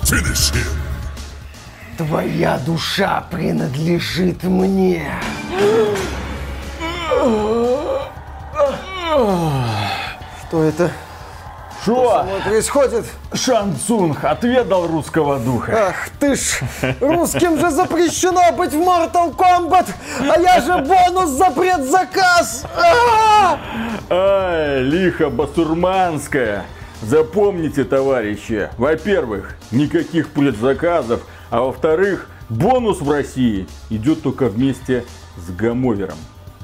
Твоя душа принадлежит мне. Что это? Что происходит? Шан Цунг отведал русского духа. Ах ты ж, русским же запрещено быть в Mortal Kombat, а я же бонус за предзаказ. Ай, лихо басурманская. Запомните, товарищи, во-первых, никаких предзаказов, а во-вторых, бонус в России идет только вместе с Гамовером.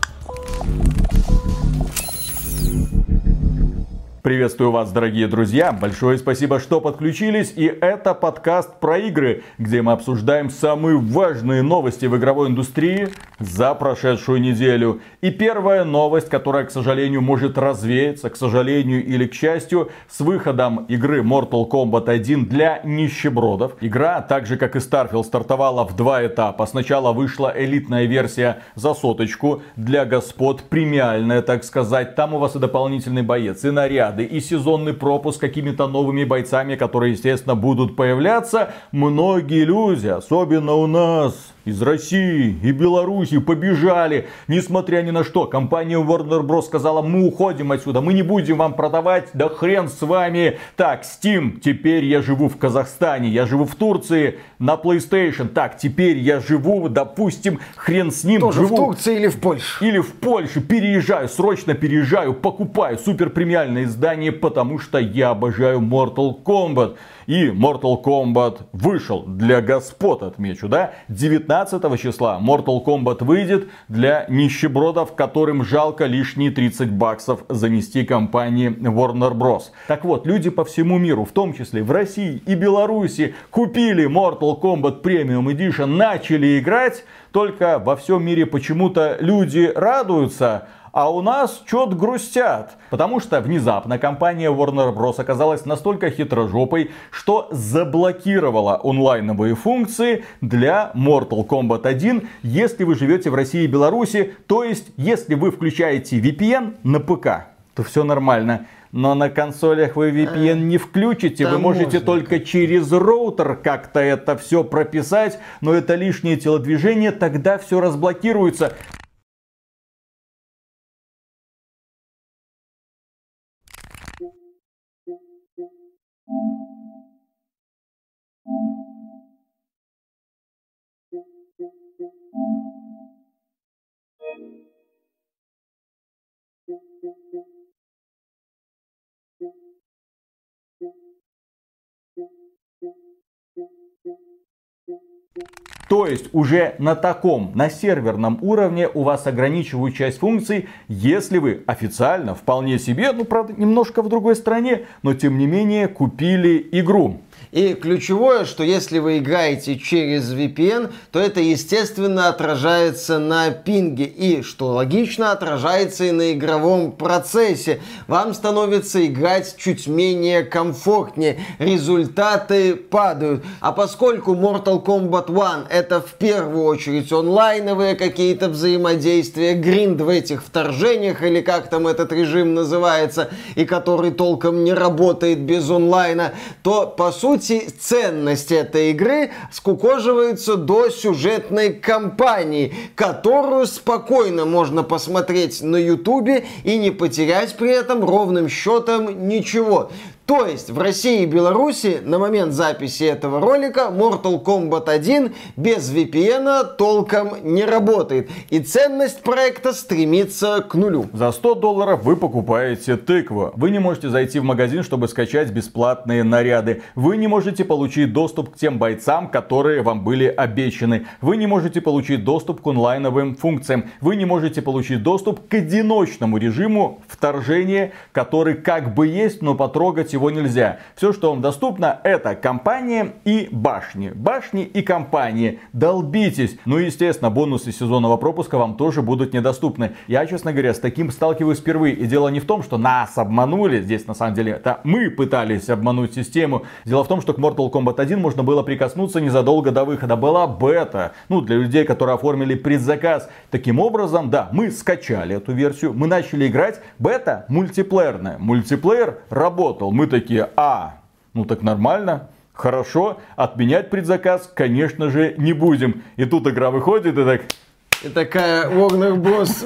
Приветствую вас, дорогие друзья. Большое спасибо, что подключились. И это подкаст про игры, где мы обсуждаем самые важные новости в игровой индустрии за прошедшую неделю. И первая новость, которая, к сожалению, может развеяться, к сожалению или к счастью, с выходом игры Mortal Kombat 1 для нищебродов. Игра, так же как и Starfield, стартовала в два этапа. Сначала вышла элитная версия за 100 для господ, премиальная, так сказать. Там у вас и дополнительный боец, и наряд, и сезонный пропуск с какими-то новыми бойцами, которые, естественно, будут появляться. Многие люди, особенно у нас, из России и Беларуси, побежали. Несмотря ни на что, компания Warner Bros. Сказала: мы уходим отсюда, мы не будем вам продавать, да хрен с вами. Так, Steam, теперь я живу в Казахстане, я живу в Турции на PlayStation. Так, теперь я живу, допустим, хрен с ним. Тоже живу в Турции или в Польше? Или в Польше. Переезжаю, срочно переезжаю, покупаю супер премиальное издание, потому что я обожаю Mortal Kombat. И Mortal Kombat вышел для господ, отмечу, да? 19 числа Mortal Kombat выйдет для нищебродов, которым жалко лишние 30 баксов занести компании Warner Bros. Так вот, люди по всему миру, в том числе в России и Беларуси, купили Mortal Kombat Premium Edition, начали играть. Только во всем мире почему-то люди радуются, а у нас что-то грустят. Потому что внезапно компания Warner Bros. Оказалась настолько хитрожопой, что заблокировала онлайновые функции для Mortal Kombat 1, если вы живете в России и Беларуси. То есть, если вы включаете VPN на ПК, то все нормально. Но на консолях вы VPN не включите. Вы можете только через роутер как-то это все прописать. Но это лишнее телодвижение, тогда все разблокируется. То есть уже на таком, на серверном уровне у вас ограничивают часть функций, если вы официально, вполне себе, ну правда немножко в другой стране, но тем не менее купили игру. И ключевое, что если вы играете через VPN, то это, естественно, отражается на пинге. И, что логично, отражается и на игровом процессе. Вам становится играть чуть менее комфортнее. Результаты падают. А поскольку Mortal Kombat 1 это в первую очередь онлайновые какие-то взаимодействия, гринд в этих вторжениях, или как там этот режим называется, и который толком не работает без онлайна, то, по сути, ценность этой игры скукоживается до сюжетной кампании, которую спокойно можно посмотреть на Ютубе и не потерять при этом ровным счетом ничего. То есть в России и Беларуси на момент записи этого ролика Mortal Kombat 1 без VPN толком не работает. И ценность проекта стремится к нулю. За $100 вы покупаете тыкву. Вы не можете зайти в магазин, чтобы скачать бесплатные наряды. Вы не можете получить доступ к тем бойцам, которые вам были обещаны. Вы не можете получить доступ к онлайновым функциям. Вы не можете получить доступ к одиночному режиму вторжения, который как бы есть, но потрогать его нельзя. Все, что вам доступно, это компания и башни. Башни и компании. Долбитесь. Ну и, естественно, бонусы сезонного пропуска вам тоже будут недоступны. Я, честно говоря, с таким сталкиваюсь впервые. И дело не в том, что нас обманули. Здесь, на самом деле, это мы пытались обмануть систему. Дело в том, что к Mortal Kombat 1 можно было прикоснуться незадолго до выхода. Была бета. Ну, для людей, которые оформили предзаказ. Таким образом, да, мы скачали эту версию. Мы начали играть. Бета мультиплеерная. Мультиплеер работал. Мы такие, ну так нормально. Хорошо, отменять предзаказ, конечно же, не будем. И тут игра выходит и так... И такая Warner Bros.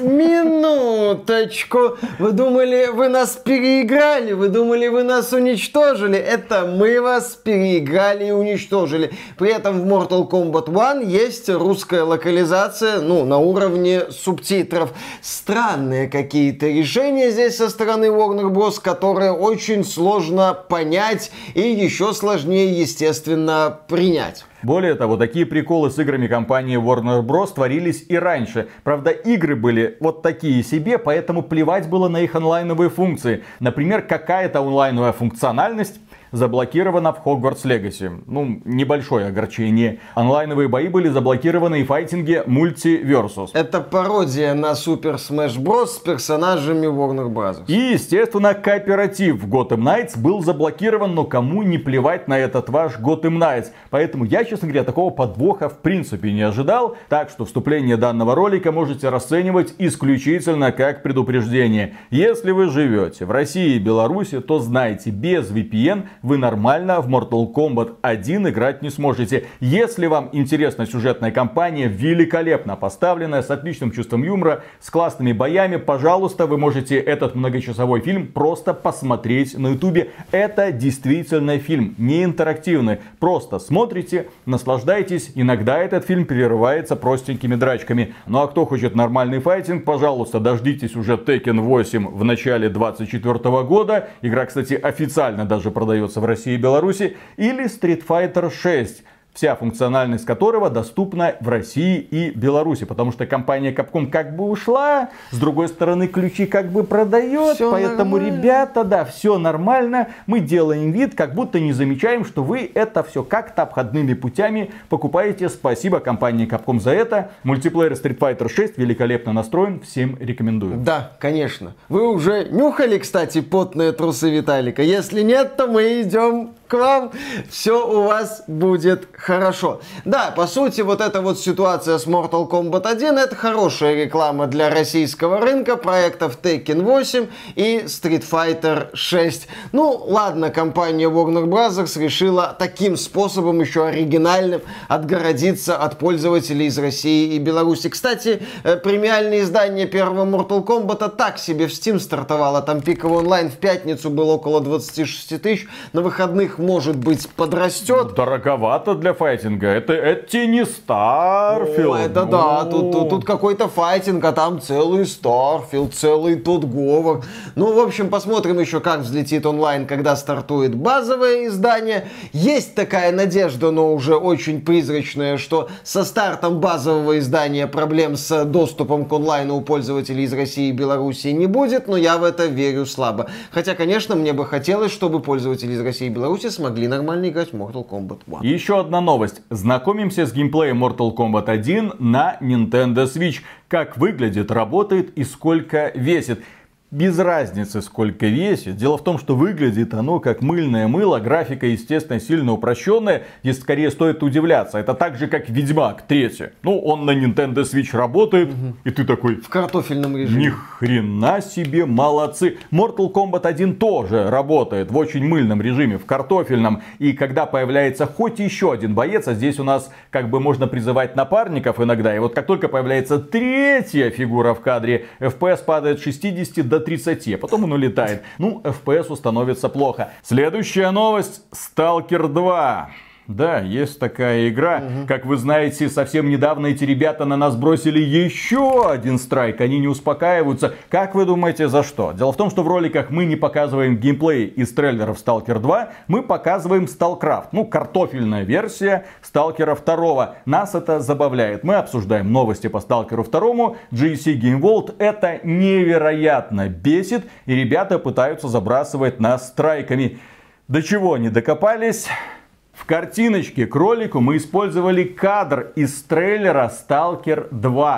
Минуточку. Вы думали, вы нас переиграли? Вы думали, вы нас уничтожили? Это мы вас переиграли и уничтожили. При этом в Mortal Kombat 1 есть русская локализация, на уровне субтитров. Странные какие-то решения здесь со стороны Warner Bros., которые очень сложно понять и еще сложнее, естественно, принять. Более того, такие приколы с играми компании Warner Bros. Творились и раньше. Правда, игры были вот такие себе, поэтому плевать было на их онлайновые функции. Например, какая-то онлайновая функциональность заблокирована в Hogwarts Legacy. Небольшое огорчение. Онлайновые бои были заблокированы и в файтинге Multiversus. Это пародия на Super Smash Bros. С персонажами Warner Bros. И, естественно, кооператив в Gotham Knights был заблокирован, но кому не плевать на этот ваш Gotham Knights. Поэтому я, честно говоря, такого подвоха в принципе не ожидал. Так что вступление данного ролика можете расценивать исключительно как предупреждение. Если вы живете в России и Беларуси, то знайте, без VPN вы нормально в Mortal Kombat 1 играть не сможете. Если вам интересна сюжетная кампания, великолепно поставленная, с отличным чувством юмора, с классными боями, пожалуйста, вы можете этот многочасовой фильм просто посмотреть на ютубе. Это действительно фильм, не интерактивный. Просто смотрите, наслаждайтесь. Иногда этот фильм прерывается простенькими драчками. Ну а кто хочет нормальный файтинг, пожалуйста, дождитесь уже Tekken 8 в начале 2024 года. Игра, кстати, официально даже продается в России и Беларуси, или Street Fighter 6. Вся функциональность которого доступна в России и Беларуси. Потому что компания Capcom как бы ушла, с другой стороны ключи как бы продает. Всё поэтому, нормально. ребята, да, все нормально. Мы делаем вид, как будто не замечаем, что вы это все как-то обходными путями покупаете. Спасибо компании Capcom за это. Мультиплеер Street Fighter 6 великолепно настроен. Всем рекомендую. Да, конечно. Вы уже нюхали, кстати, потные трусы Виталика? Если нет, то мы идем к вам. Все у вас будет хорошо. Да, по сути, вот эта вот ситуация с Mortal Kombat 1 это хорошая реклама для российского рынка проектов Tekken 8 и Street Fighter 6. Ладно, компания Warner Bros. Решила таким способом, еще оригинальным, отгородиться от пользователей из России и Беларуси. Кстати, премиальное издание первого Mortal Kombat так себе в Steam стартовало. Там пиковый онлайн в пятницу был около 26 тысяч. На выходных, может быть, подрастет. Дороговато для файтинга. Это не Starfield. Это да, тут какой-то файтинг, а там целый Starfield, целый тот говор. В общем, посмотрим еще, как взлетит онлайн, когда стартует базовое издание. Есть такая надежда, но уже очень призрачная, что со стартом базового издания проблем с доступом к онлайну у пользователей из России и Беларуси не будет, но я в это верю слабо. Хотя, конечно, мне бы хотелось, чтобы пользователи из России и Беларуси смогли нормально играть в Mortal Kombat 1. И еще одна новость. Знакомимся с геймплеем Mortal Kombat 1 на Nintendo Switch. Как выглядит, работает и сколько весит. Без разницы, сколько весит. Дело в том, что выглядит оно как мыльное мыло. Графика, естественно, сильно упрощенная. Здесь скорее стоит удивляться. Это так же, как Ведьмак 3. Он на Nintendo Switch работает. И ты такой... В картофельном режиме. Ни хрена себе, молодцы. Mortal Kombat 1 тоже работает в очень мыльном режиме, в картофельном. И когда появляется хоть еще один боец, а здесь у нас как бы можно призывать напарников иногда. И вот как только появляется третья фигура в кадре, FPS падает с 60 до 30, а потом он улетает. FPS становится плохо. Следующая новость. Stalker 2. Да, есть такая игра. Как вы знаете, совсем недавно эти ребята на нас бросили еще один страйк. Они не успокаиваются. Как вы думаете, за что? Дело в том, что в роликах мы не показываем геймплей из трейлеров Stalker 2. Мы показываем StalCraft. Картофельная версия Stalker 2. Нас это забавляет. Мы обсуждаем новости по Stalker 2. GSC Game World это невероятно бесит. И ребята пытаются забрасывать нас страйками. До чего не докопались? В картиночке к ролику мы использовали кадр из трейлера Stalker 2.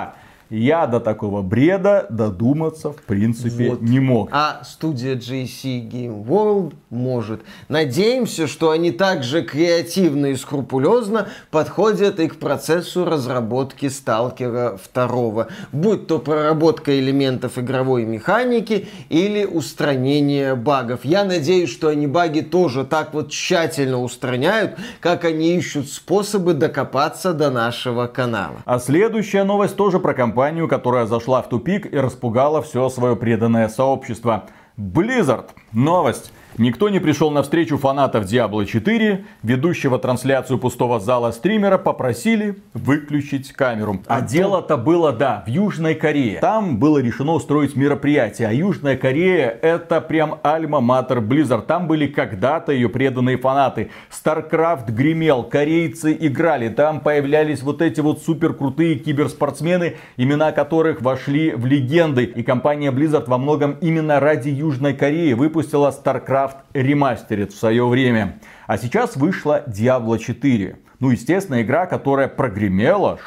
Я до такого бреда додуматься в принципе не мог. А студия GC Game World может. Надеемся, что они также креативно и скрупулезно подходят и к процессу разработки Сталкера 2. Будь то проработка элементов игровой механики или устранение багов. Я надеюсь, что они баги тоже так вот тщательно устраняют, как они ищут способы докопаться до нашего канала. А следующая новость тоже про компанию, которая зашла в тупик и распугала все свое преданное сообщество. Blizzard. Новость. Никто не пришел на встречу фанатов Diablo 4. Ведущего трансляцию пустого зала стримера попросили выключить камеру. А дело-то было, да, в Южной Корее. Там было решено устроить мероприятие. А Южная Корея — это прям альма-матер Blizzard. Там были когда-то ее преданные фанаты. StarCraft гремел, корейцы играли. Там появлялись вот эти вот супер крутые киберспортсмены, имена которых вошли в легенды. И компания Blizzard во многом именно ради Южной Кореи выпустила StarCraft Remastered в свое время. А сейчас вышла Diablo 4. Ну, естественно, игра, которая прогремела.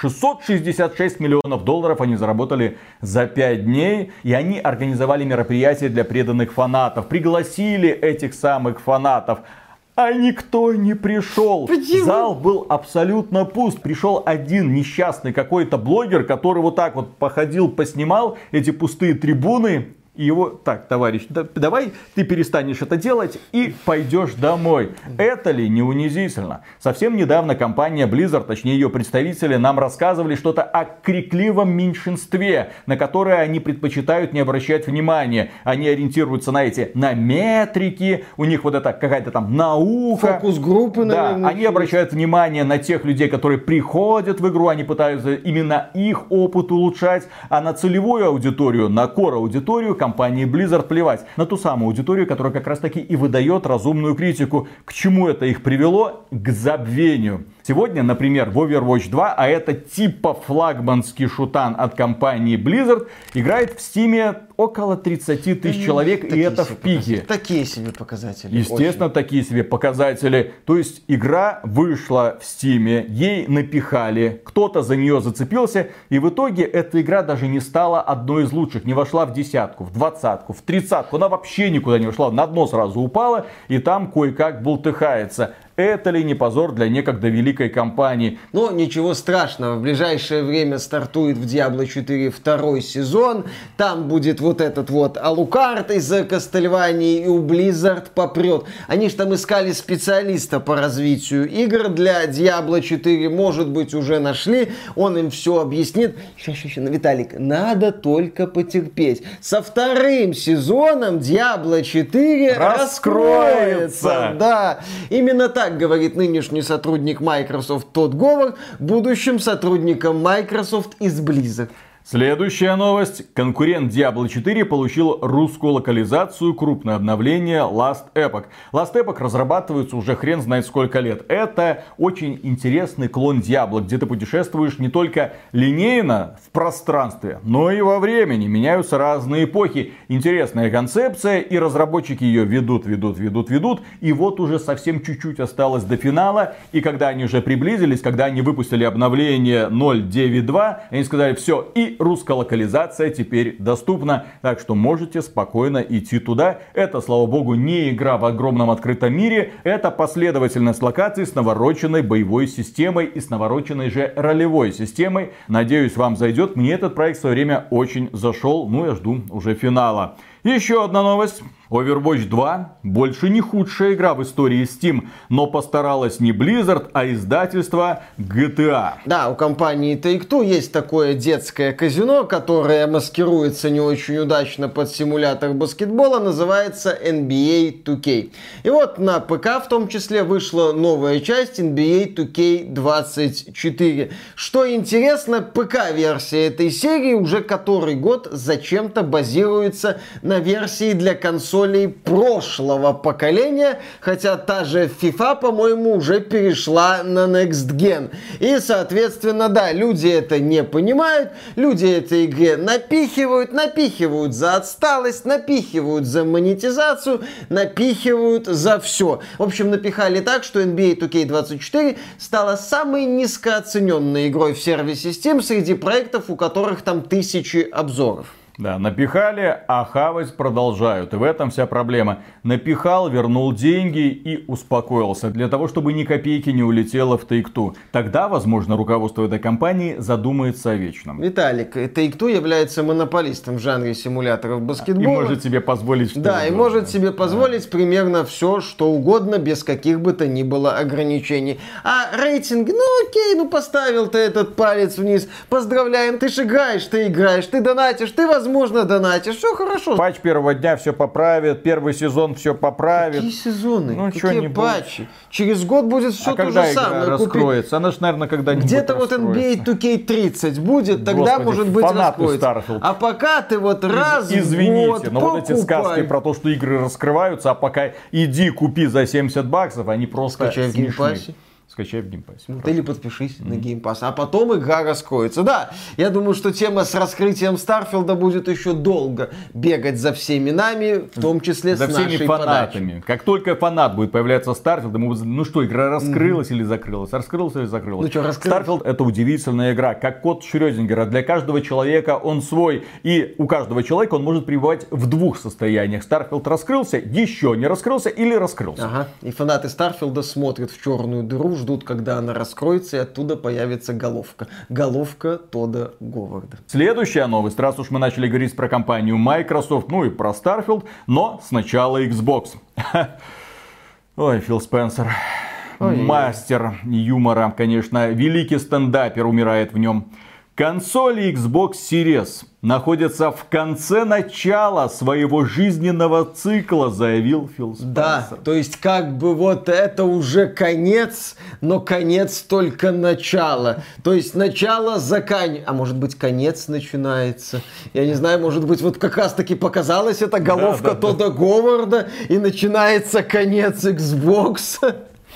666 миллионов долларов они заработали за 5 дней. И они организовали мероприятие для преданных фанатов. Пригласили этих самых фанатов. А никто не пришел. Почему? Зал был абсолютно пуст. Пришел один несчастный какой-то блогер, который вот так вот походил, поснимал эти пустые трибуны. И его, так, товарищ, давай ты перестанешь это делать и пойдешь домой. Это ли не унизительно? Совсем недавно компания Blizzard, точнее ее представители, нам рассказывали что-то о крикливом меньшинстве, на которое они предпочитают не обращать внимания. Они ориентируются на метрики, у них вот это какая-то там наука. Фокус-группы, наверное. Да, они обращают внимание на тех людей, которые приходят в игру, они пытаются именно их опыт улучшать, а на целевую аудиторию, на core-аудиторию компании Blizzard плевать. На ту самую аудиторию, которая как раз таки и выдает разумную критику. К чему это их привело? К забвению. Сегодня, например, в Overwatch 2, а это типа флагманский шутан от компании Blizzard, играет в Стиме около 30 тысяч человек, и это в пике. Такие себе показатели. Естественно, очень. Такие себе показатели. То есть игра вышла в Стиме, ей напихали, кто-то за нее зацепился, и в итоге эта игра даже не стала одной из лучших, не вошла в десятку, в двадцатку, в тридцатку, она вообще никуда не вошла, на дно сразу упала, и там кое-как бултыхается. Это ли не позор для некогда великой компании? Но ничего страшного. В ближайшее время стартует в Diablo 4 второй сезон. Там будет вот этот вот Alucard из Castlevania, и у Blizzard попрет. Они же там искали специалиста по развитию игр для Diablo 4. Может быть, уже нашли. Он им все объяснит. Сейчас, Виталик, надо только потерпеть. Со вторым сезоном Diablo 4 раскроется. Да, именно так говорит нынешний сотрудник Microsoft Тодд Говард будущим сотрудникам Microsoft из Blizzard. Следующая новость. Конкурент Diablo 4 получил русскую локализацию, крупное обновление Last Epoch. Last Epoch разрабатывается уже хрен знает сколько лет. Это очень интересный клон Diablo, где ты путешествуешь не только линейно в пространстве, но и во времени. Меняются разные эпохи. Интересная концепция, и разработчики ее ведут. И вот уже совсем чуть-чуть осталось до финала. И когда они уже приблизились, когда они выпустили обновление 0.9.2, они сказали: все, и русская локализация теперь доступна, так что можете спокойно идти туда. Это, слава богу, не игра в огромном открытом мире, это последовательность локаций с навороченной боевой системой и с навороченной же ролевой системой. Надеюсь, вам зайдет. Мне этот проект в свое время очень зашел, ну я жду уже финала. Еще одна новость. Overwatch 2 больше не худшая игра в истории Steam, но постаралась не Blizzard, а издательство GTA. Да, у компании Take-Two есть такое детское казино, которое маскируется не очень удачно под симулятор баскетбола, называется NBA 2K. И вот на ПК в том числе вышла новая часть NBA 2K24. Что интересно, ПК-версия этой серии уже который год зачем-то базируется на версии для консолей консолей прошлого поколения, хотя та же FIFA, по-моему, уже перешла на Next Gen. И, соответственно, да, люди это не понимают, люди этой игре напихивают за отсталость, напихивают за монетизацию, напихивают за все. В общем, напихали так, что NBA 2K24 стала самой низкооцененной игрой в сервисе Steam среди проектов, у которых там тысячи обзоров. Да, напихали, а хавать продолжают. И в этом вся проблема. Напихал, вернул деньги и успокоился. Для того, чтобы ни копейки не улетело в Take-Two. Тогда, возможно, руководство этой компании задумается о вечном. Виталик, Take-Two является монополистом в жанре симуляторов баскетбола. И может себе позволить что-то. Да, и может себе позволить примерно все, что угодно, без каких бы то ни было ограничений. А рейтинги, ну окей, поставил ты этот палец вниз. Поздравляем, ты же играешь, ты донатишь, ты возможно донатишь, все хорошо. Патч первого дня все поправит, первый сезон все поправит. Какие сезоны? Ну, какие патчи? Через год будет все то же самое. Когда игра раскроется? Она же, наверное, когда-нибудь где-то вот NBA 2K30 будет, тогда, Господи, может быть, раскроется. Starfield. А пока ты вот раз Извините, в год но покупай. вот эти сказки про то, что игры раскрываются, а пока иди купи за $70, они просто скачай в геймпассе. Скачай в геймпассе. Или подпишись на геймпасс. А потом игра раскроется. Да, я думаю, что тема с раскрытием Старфилда будет еще долго бегать за всеми нами, в том числе за с нашей всеми фанатами. подачей. Как только фанат будет появляться Старфилд, ну что, игра раскрылась или закрылась? Раскрылась или закрылась? Ну что, раскрылась? Старфилд — это удивительная игра, как кот Шрёдингера. Для каждого человека он свой. И у каждого человека он может пребывать в двух состояниях. Старфилд раскрылся, еще не раскрылся или раскрылся. Ага. И фанаты Старфилда смотрят в черную дыру, ждут, когда она раскроется, и оттуда появится головка. Головка Тодда Говарда. Следующая новость. Раз уж мы начали говорить про компанию Microsoft, ну и про Starfield, но сначала Xbox. Ой, Фил Спенсер. Мастер юмора, конечно. Великий стендапер, умирает в нем. Консоли Xbox Series находятся в конце начала своего жизненного цикла, заявил Фил Спенсер. Да, то есть как бы вот это уже конец, но конец только начала. То есть начало заканчивается, а может быть конец начинается. Я не знаю, может быть вот как раз таки показалась эта головка Тодда Говарда и начинается конец Xbox.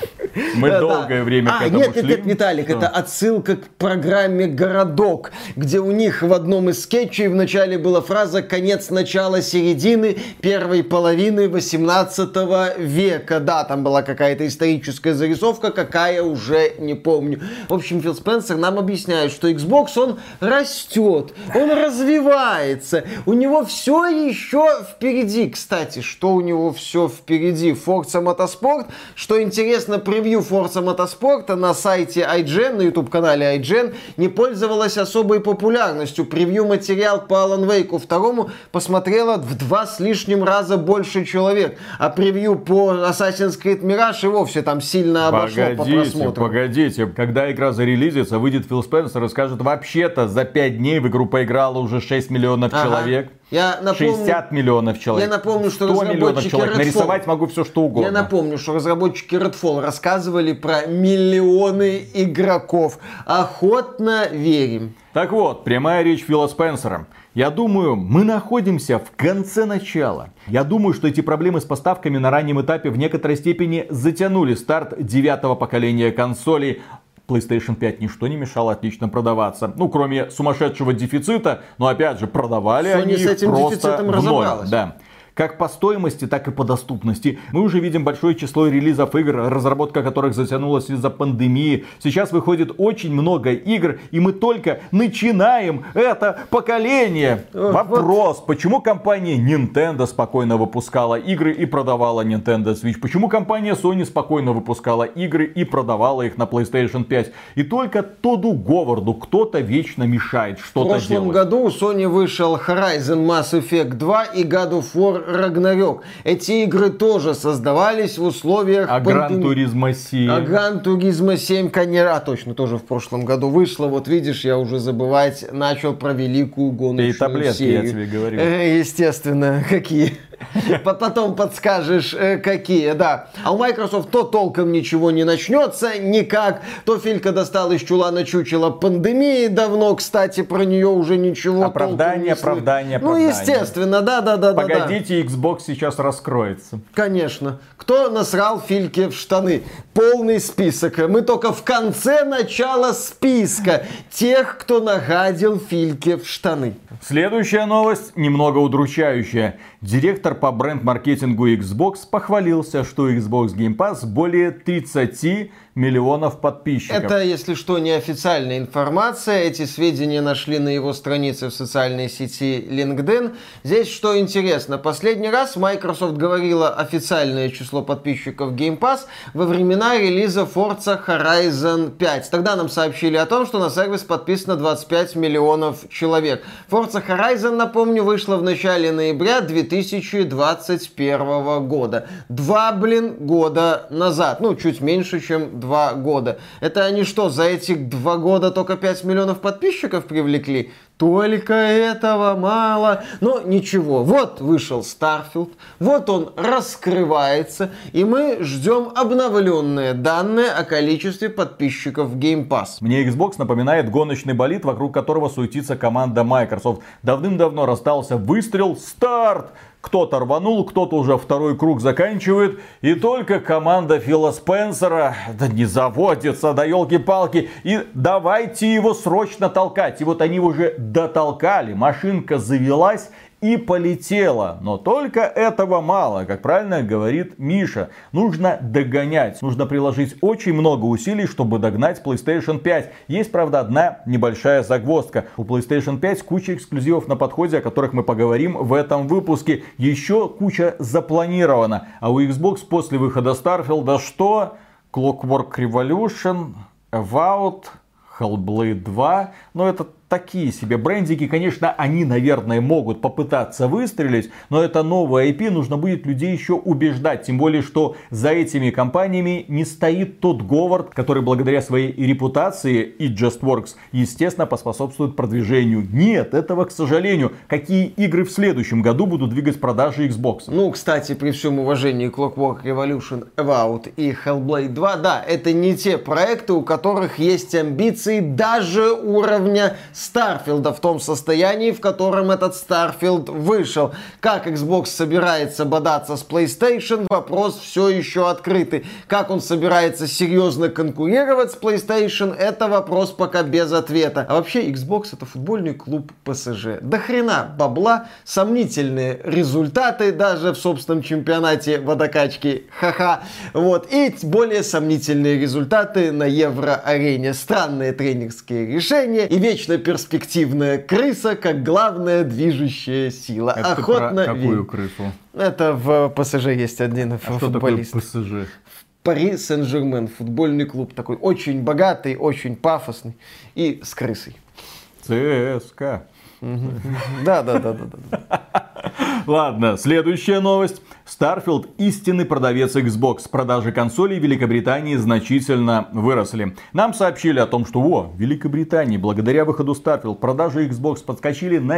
Мы долгое время к этому шли. Нет, Виталик, это отсылка к программе «Городок», где у них в одном из скетчей вначале была фраза «конец начала середины первой половины 18 века». Да, там была какая-то историческая зарисовка, какая уже не помню. В общем, Фил Спенсер нам объясняет, что Xbox, он растет, он развивается, у него все еще впереди. Кстати, что у него все впереди? Forza Motorsport, что интересно, превью Forza Motorsport на сайте IGN, на YouTube-канале IGN, не пользовалась особой популярностью. Превью-материал по Alan Wake 2 посмотрело в 2 с лишним раза больше человек. А превью по Assassin's Creed Mirage и вовсе там сильно обошло по просмотру. Погодите, когда игра зарелизится, выйдет Фил Спенсер и скажет, вообще-то за 5 дней в игру поиграло уже 6 миллионов человек. Я напомню, 60 миллионов человек. Я напомню, что 100 миллионов человек. Redfall, нарисовать могу все, что угодно. Я напомню, что разработчики Redfall рассказывали про миллионы игроков. Охотно верим. Так вот, прямая речь Фила Спенсера. Я думаю, мы находимся в конце начала. Я думаю, что эти проблемы с поставками на раннем этапе в некоторой степени затянули старт 9-го поколения консолей. PlayStation 5 ничто не мешало отлично продаваться. Ну, кроме сумасшедшего дефицита. Но опять же, продавали Sony они с этим просто дефицитом в ноль. разобралась. Да. Как по стоимости, так и по доступности. Мы уже видим большое число релизов игр, разработка которых затянулась из-за пандемии. Сейчас выходит очень много игр, и мы только начинаем это поколение. Вопрос, почему компания Nintendo спокойно выпускала игры и продавала Nintendo Switch? Почему компания Sony спокойно выпускала игры и продавала их на PlayStation 5? И только Тодду Говарду кто-то вечно мешает что-то делать. В прошлом году у Sony вышел Horizon Mass Effect 2 и God of War Ragnarok. Эти игры тоже создавались в условиях Gran Turismo 7. Gran Turismo 7, конечно, точно, тоже в прошлом году вышло. Вот видишь, я уже забывать начал про великую гоночную И таблетки, серию. я тебе говорю. Естественно, какие? Потом подскажешь, какие, да. А у Microsoft то толком ничего не начнется, никак. То Филька достал из чулана чучела пандемии давно, кстати, про нее уже ничего оправдание. Ну, естественно, да. Погодите, Xbox сейчас раскроется. Конечно. Кто насрал Фильке в штаны? Полный список. Мы только в конце начала списка тех, кто нагадил Фильке в штаны. Следующая новость немного удручающая. Директор по бренд-маркетингу Xbox похвалился, что Xbox Game Pass более 30 миллионов подписчиков. Это, если что, неофициальная информация. Эти сведения нашли на его странице в социальной сети LinkedIn. Здесь что интересно. Последний раз Microsoft говорила официальное число подписчиков Game Pass во времена релиза Forza Horizon 5. Тогда нам сообщили о том, что на сервис подписано 25 миллионов человек. Forza Horizon, напомню, вышла в начале ноября 2021 года. 2 года назад. Ну, чуть меньше, чем 2 года. Это они что, за эти 2 года только 5 миллионов подписчиков привлекли? Только этого мало. Но ничего, вот вышел Starfield, вот он раскрывается, и мы ждем обновленные данные о количестве подписчиков Game Pass. Мне Xbox напоминает гоночный болид, вокруг которого суетится команда Microsoft. Давным-давно раздался выстрел, старт! Кто-то рванул, кто-то уже второй круг заканчивает. И только команда Фила Спенсера, да не заводится, да елки-палки. И давайте его срочно толкать. И вот они уже дотолкали, машинка завелась и полетела. Но только этого мало, как правильно говорит Миша. Нужно догонять. Нужно приложить очень много усилий, чтобы догнать PlayStation 5. Есть, правда, одна небольшая загвоздка. У PlayStation 5 куча эксклюзивов на подходе, о которых мы поговорим в этом выпуске. Еще куча запланирована. А у Xbox после выхода Starfield что? Clockwork Revolution, Avowed, Hellblade 2. Но это такие себе брендики, конечно, они, наверное, могут попытаться выстрелить, но это новая IP, нужно будет людей еще убеждать. Тем более, что за этими компаниями не стоит тот Говард, который благодаря своей репутации и JustWorks, естественно, поспособствует продвижению. Нет, этого, к сожалению. Какие игры в следующем году будут двигать продажи Xbox? Ну, кстати, при всем уважении Clockwork Revolution, Avowed и Hellblade 2, да, это не те проекты, у которых есть амбиции даже уровня Старфилда в том состоянии, в котором этот Starfield вышел. Как Xbox собирается бодаться с PlayStation, вопрос все еще открытый. Как он собирается серьезно конкурировать с PlayStation, это вопрос пока без ответа. А вообще Xbox это футбольный клуб ПСЖ. До хрена бабла, сомнительные результаты даже в собственном чемпионате водокачки. Ха-ха. Вот. И более сомнительные результаты на Евро-арене. Странные тренерские решения и вечно перспективная крыса как главная движущая сила. Это охотно какую крысу? Это в ПСЖ есть один футболист. Что такое ПСЖ? Пари Сен-Жермен, футбольный клуб такой очень богатый, очень пафосный и с крысой. ЦСКА. Да. Ладно, следующая новость. Starfield – истинный продавец Xbox. Продажи консолей в Великобритании значительно выросли. Нам сообщили о том, что в Великобритании благодаря выходу Starfield продажи Xbox подскочили на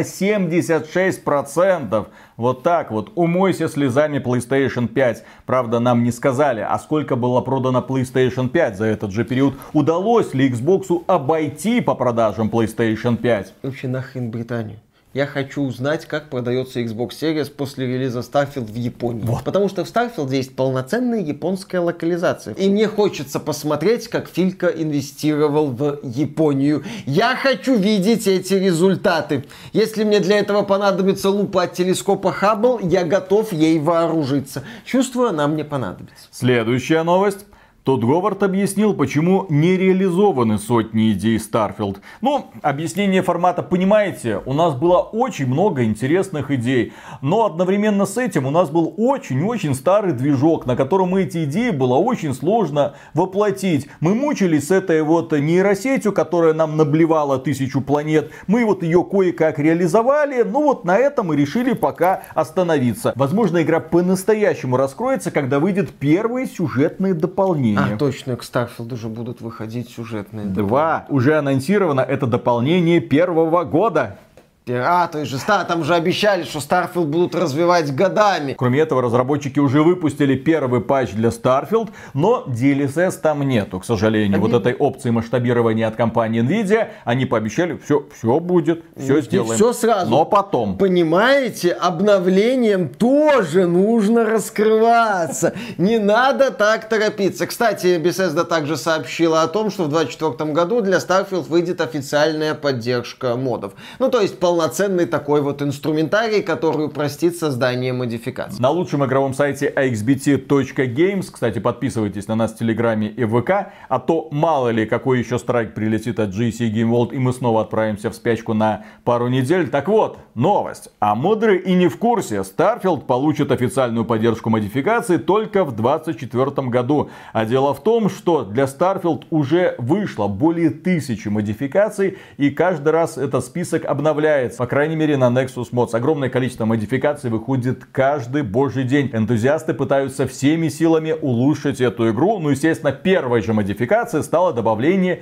76%. Вот так вот. Умойся слезами PlayStation 5. Правда, нам не сказали, а сколько было продано PlayStation 5 за этот же период. Удалось ли Xbox обойти по продажам PlayStation 5? Вообще нахрен Британию. Я хочу узнать, как продается Xbox Series после релиза Starfield в Японии. Вот. Потому что в Starfield есть полноценная японская локализация. И мне хочется посмотреть, как Филька инвестировал в Японию. Я хочу видеть эти результаты. Если мне для этого понадобится лупа от телескопа Хаббл, я готов ей вооружиться. Чувствую, она мне понадобится. Следующая новость. Тодд Говард объяснил, почему не реализованы сотни идей Starfield. Ну, объяснение формата, понимаете, у нас было очень много интересных идей. Но одновременно с этим у нас был очень-очень старый движок, на котором эти идеи было очень сложно воплотить. Мы мучились с этой вот нейросетью, которая нам наблевала 1000 планет. Мы вот ее кое-как реализовали, ну вот на этом мы решили пока остановиться. Возможно, игра по-настоящему раскроется, когда выйдет первые сюжетные дополнения. А, точно, к Starfield уже будут выходить сюжетные. 2. Уже анонсировано это дополнение первого года. То есть же, там же обещали, что Starfield будут развивать годами. Кроме этого, разработчики уже выпустили первый патч для Starfield, но DLSS там нету, к сожалению. Вот этой опции масштабирования от компании Nvidia, они пообещали, все будет, все сделаем. Все сразу. Но потом. Понимаете, обновлением тоже нужно раскрываться. Не надо так торопиться. Кстати, Bethesda также сообщила о том, что в 2024 году для Starfield выйдет официальная поддержка модов. Ну, то есть полноценный такой вот инструментарий, который упростит создание модификаций. На лучшем игровом сайте axbt.games, кстати, подписывайтесь на нас в Телеграме и в ВК, а то мало ли какой еще страйк прилетит от GSC Game World, и мы снова отправимся в спячку на пару недель. Так вот, новость. А модеры и не в курсе. Starfield получит официальную поддержку модификаций только в 2024 году. А дело в том, что для Starfield уже вышло более 1000 модификаций, и каждый раз этот список обновляется. По крайней мере, на Nexus Mods. Огромное количество модификаций выходит каждый божий день. Энтузиасты пытаются всеми силами улучшить эту игру. Ну, естественно, первой же модификацией стало добавление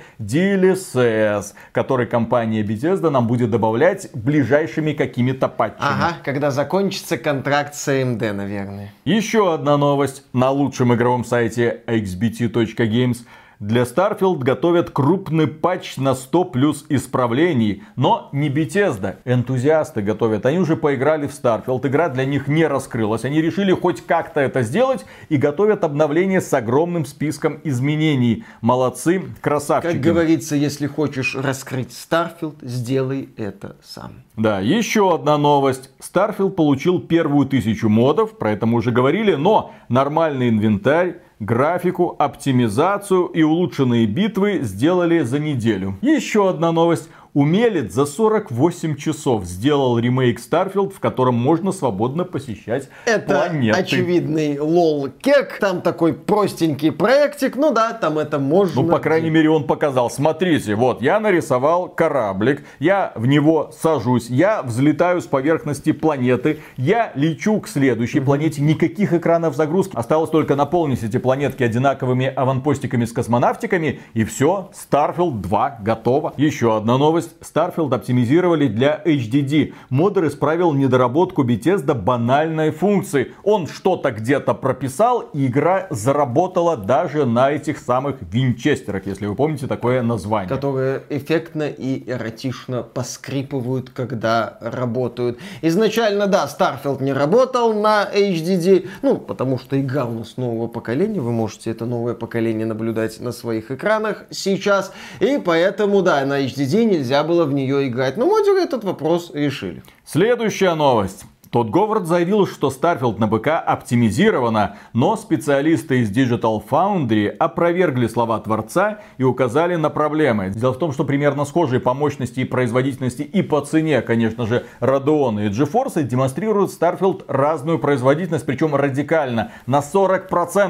DLSS, который компания Bethesda нам будет добавлять ближайшими какими-то патчами. Ага, когда закончится контракт с AMD, наверное. Еще одна новость. На лучшем игровом сайте axbt.games для Starfield готовят крупный патч на 100 плюс исправлений. Но не Bethesda. Энтузиасты готовят. Они уже поиграли в Starfield. Игра для них не раскрылась. Они решили хоть как-то это сделать и готовят обновление с огромным списком изменений. Молодцы, красавчики. Как говорится, если хочешь раскрыть Starfield, сделай это сам. Да, еще одна новость. Starfield получил первую 1000 модов, про это мы уже говорили, но нормальный инвентарь, графику, оптимизацию и улучшенные битвы сделали за неделю. Еще одна новость. Умелец за 48 часов сделал ремейк Starfield, в котором можно свободно посещать планеты. Это очевидный лол-кек. Там такой простенький проектик. Ну да, там это можно. Ну, по крайней мере, он показал. Смотрите, вот я нарисовал кораблик. Я в него сажусь. Я взлетаю с поверхности планеты. Я лечу к следующей планете. Никаких экранов загрузки. Осталось только наполнить эти планетки одинаковыми аванпостиками с космонавтиками. И все, Starfield 2 готово. Еще одна новость. Starfield оптимизировали для HDD. Моддер исправил недоработку Bethesda банальной функции. Он что-то где-то прописал, и игра заработала даже на этих самых винчестерах, если вы помните такое название. Которые эффектно и эротично поскрипывают, когда работают. Изначально, да, Starfield не работал на HDD, ну, потому что игра у нас нового поколения, вы можете это новое поколение наблюдать на своих экранах сейчас, и поэтому, да, на HDD нельзя было в нее играть. Но модеры этот вопрос решили. Следующая новость. Тодд Говард заявил, что Starfield на ПК оптимизирована, но специалисты из Digital Foundry опровергли слова творца и указали на проблемы. Дело в том, что примерно схожие по мощности и производительности и по цене, конечно же, Radeon и GeForce демонстрируют Starfield разную производительность, причем радикально. На 40%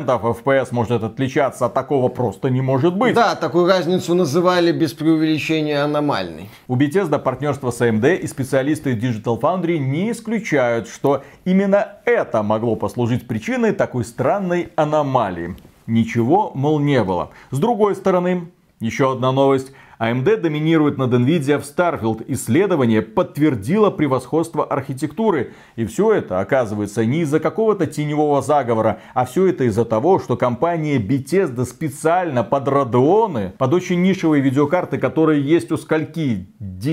FPS может отличаться, от такого просто не может быть. Да, такую разницу называли без преувеличения аномальной. У Bethesda партнерство с AMD и специалисты Digital Foundry не исключают, что именно это могло послужить причиной такой странной аномалии. Ничего, мол, не было. С другой стороны, еще одна новость. AMD доминирует над Nvidia в Starfield. Исследование подтвердило превосходство архитектуры. И все это, оказывается, не из-за какого-то теневого заговора, а все это из-за того, что компания Bethesda специально под Radeon, под очень нишевые видеокарты, которые есть у скольки?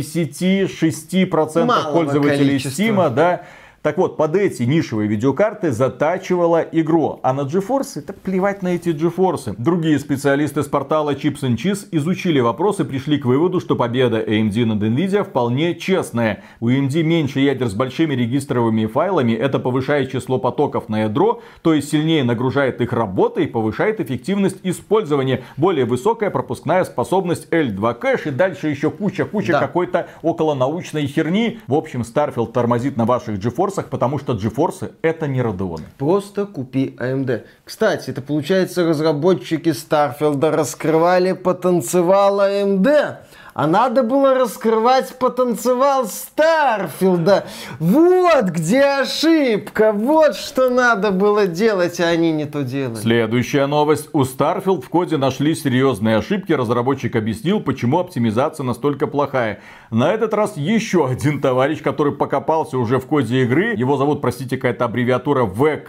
10-6% пользователей Steam, да? Так вот, под эти нишевые видеокарты затачивала игру. А на GeForce, так плевать на эти GeForce. Другие специалисты с портала Chips and Cheese изучили вопрос и пришли к выводу, что победа AMD над Nvidia вполне честная. У AMD меньше ядер с большими регистровыми файлами. Это повышает число потоков на ядро, то есть сильнее нагружает их работой и повышает эффективность использования. Более высокая пропускная способность L2 кэш и дальше еще куча какой-то околонаучной херни. В общем, Starfield тормозит на ваших GeForce, потому что GeForce это не Radeon. Просто купи AMD. Кстати, это получается разработчики Starfield раскрывали потенциал AMD. а надо было раскрывать потенциал Старфилда. Вот где ошибка, вот что надо было делать, а они не то делали. Следующая новость. У Starfield в коде нашли серьезные ошибки. Разработчик объяснил, почему оптимизация настолько плохая. На этот раз еще один товарищ, который покопался уже в коде игры. Его зовут, простите, какая-то аббревиатура